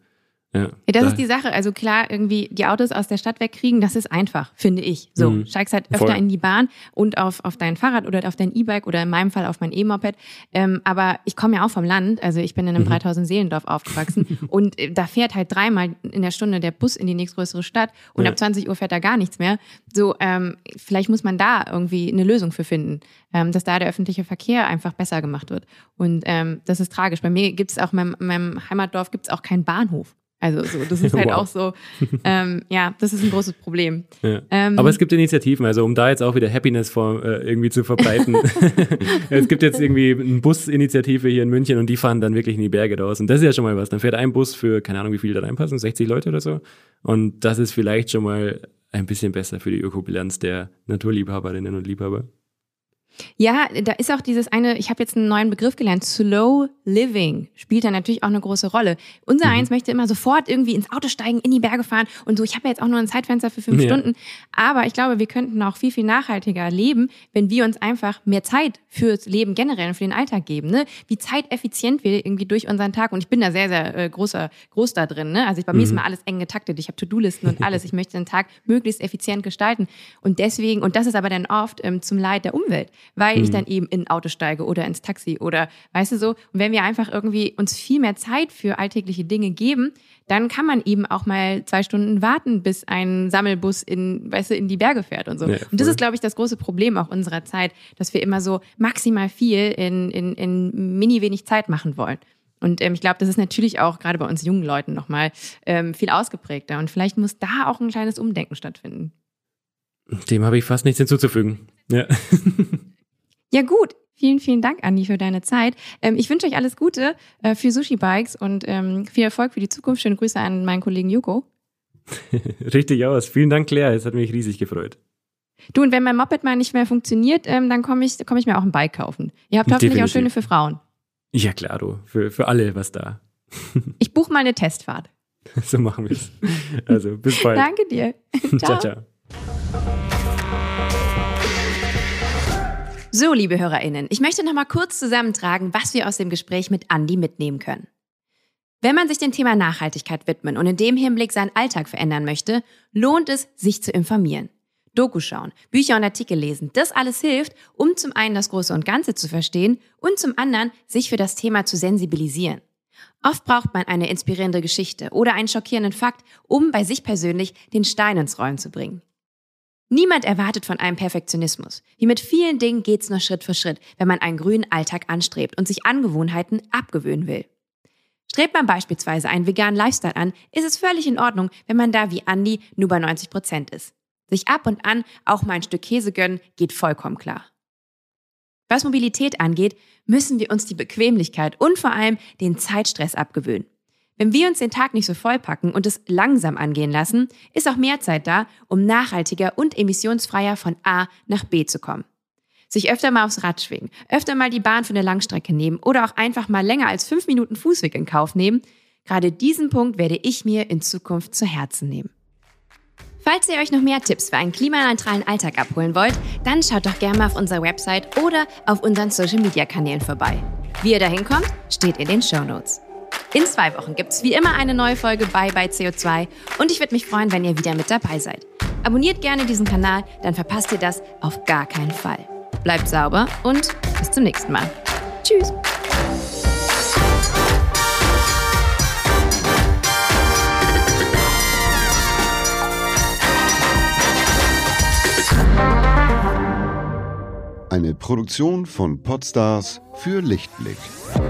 Ja, ja, das da, ist die Sache. Also klar, irgendwie die Autos aus der Stadt wegkriegen, das ist einfach, finde ich. So, Mhm. steigst halt öfter Voll. in die Bahn und auf, auf dein Fahrrad oder auf dein E-Bike oder in meinem Fall auf mein E-Moped. Ähm, aber ich komme ja auch vom Land, also ich bin in einem Mhm. dreitausend Seelendorf aufgewachsen und äh, da fährt halt dreimal in der Stunde der Bus in die nächstgrößere Stadt und Ja. ab zwanzig Uhr fährt da gar nichts mehr. So, ähm, vielleicht muss man da irgendwie eine Lösung für finden, ähm, dass da der öffentliche Verkehr einfach besser gemacht wird. Und ähm, das ist tragisch. Bei mir gibt es auch, in meinem, in meinem Heimatdorf gibt es auch keinen Bahnhof. Also so, das ist halt Wow. auch so, ähm, ja, das ist ein großes Problem. Ja. Ähm, Aber es gibt Initiativen, also um da jetzt auch wieder Happiness vor, äh, irgendwie zu verbreiten. Es gibt jetzt irgendwie eine Businitiative hier in München und die fahren dann wirklich in die Berge raus. Und das ist ja schon mal was. Dann fährt ein Bus für, keine Ahnung, wie viele da reinpassen, sechzig Leute oder so. Und das ist vielleicht schon mal ein bisschen besser für die Ökobilanz der Naturliebhaberinnen und Liebhaber. Ja, da ist auch dieses eine, ich habe jetzt einen neuen Begriff gelernt, Slow Living spielt da natürlich auch eine große Rolle. Unser Mhm. Eins möchte immer sofort irgendwie ins Auto steigen, in die Berge fahren und so, ich habe ja jetzt auch nur ein Zeitfenster für fünf Ja. Stunden, aber ich glaube, wir könnten auch viel, viel nachhaltiger leben, wenn wir uns einfach mehr Zeit fürs Leben generell und für den Alltag geben, ne? Wie zeiteffizient wir irgendwie durch unseren Tag, und ich bin da sehr, sehr äh, großer, groß da drin, ne? Also ich, bei mir ist Mhm. immer alles eng getaktet, ich habe To-Do-Listen und alles, ich möchte den Tag möglichst effizient gestalten und deswegen, und das ist aber dann oft ähm, zum Leid der Umwelt, weil ich Mhm. dann eben in ein Auto steige oder ins Taxi oder, weißt du so, und wenn wir einfach irgendwie uns viel mehr Zeit für alltägliche Dinge geben, dann kann man eben auch mal zwei Stunden warten, bis ein Sammelbus in, weißt du, in die Berge fährt und so. Ja, und das voll. ist, glaube ich, das große Problem auch unserer Zeit, dass wir immer so maximal viel in, in, in mini wenig Zeit machen wollen. Und ähm, ich glaube, das ist natürlich auch gerade bei uns jungen Leuten nochmal ähm, viel ausgeprägter. Und vielleicht muss da auch ein kleines Umdenken stattfinden. Dem habe ich fast nichts hinzuzufügen. Ja. Ja gut, vielen, vielen Dank, Andi, für deine Zeit. Ähm, ich wünsche euch alles Gute äh, für Sushi Bikes und ähm, viel Erfolg für die Zukunft. Schöne Grüße an meinen Kollegen Joko. Richtig aus. Vielen Dank, Claire. Es hat mich riesig gefreut. Du, und wenn mein Moped mal nicht mehr funktioniert, ähm, dann komme ich, komm ich mir auch ein Bike kaufen. Ihr habt hoffentlich Definitiv. auch schöne für Frauen. Ja, klar, du. Für, für alle was da. Ich buche mal eine Testfahrt. So machen wir es. Also, bis bald. Danke dir. Ciao, ciao. So, liebe HörerInnen, ich möchte noch mal kurz zusammentragen, was wir aus dem Gespräch mit Andi mitnehmen können. Wenn man sich dem Thema Nachhaltigkeit widmen und in dem Hinblick seinen Alltag verändern möchte, lohnt es, sich zu informieren. Doku schauen, Bücher und Artikel lesen, das alles hilft, um zum einen das Große und Ganze zu verstehen und zum anderen sich für das Thema zu sensibilisieren. Oft braucht man eine inspirierende Geschichte oder einen schockierenden Fakt, um bei sich persönlich den Stein ins Rollen zu bringen. Niemand erwartet von einem Perfektionismus. Wie mit vielen Dingen geht's nur Schritt für Schritt, wenn man einen grünen Alltag anstrebt und sich Angewohnheiten abgewöhnen will. Strebt man beispielsweise einen veganen Lifestyle an, ist es völlig in Ordnung, wenn man da wie Andi nur bei neunzig Prozent ist. Sich ab und an auch mal ein Stück Käse gönnen, geht vollkommen klar. Was Mobilität angeht, müssen wir uns die Bequemlichkeit und vor allem den Zeitstress abgewöhnen. Wenn wir uns den Tag nicht so vollpacken und es langsam angehen lassen, ist auch mehr Zeit da, um nachhaltiger und emissionsfreier von A nach B zu kommen. Sich öfter mal aufs Rad schwingen, öfter mal die Bahn für eine Langstrecke nehmen oder auch einfach mal länger als fünf Minuten Fußweg in Kauf nehmen, gerade diesen Punkt werde ich mir in Zukunft zu Herzen nehmen. Falls ihr euch noch mehr Tipps für einen klimaneutralen Alltag abholen wollt, dann schaut doch gerne mal auf unserer Website oder auf unseren Social-Media-Kanälen vorbei. Wie ihr da hinkommt, steht in den Shownotes. In zwei Wochen gibt's wie immer eine neue Folge Bye Bye C O zwei und ich würde mich freuen, wenn ihr wieder mit dabei seid. Abonniert gerne diesen Kanal, dann verpasst ihr das auf gar keinen Fall. Bleibt sauber und bis zum nächsten Mal. Tschüss! Eine Produktion von Podstars für Lichtblick.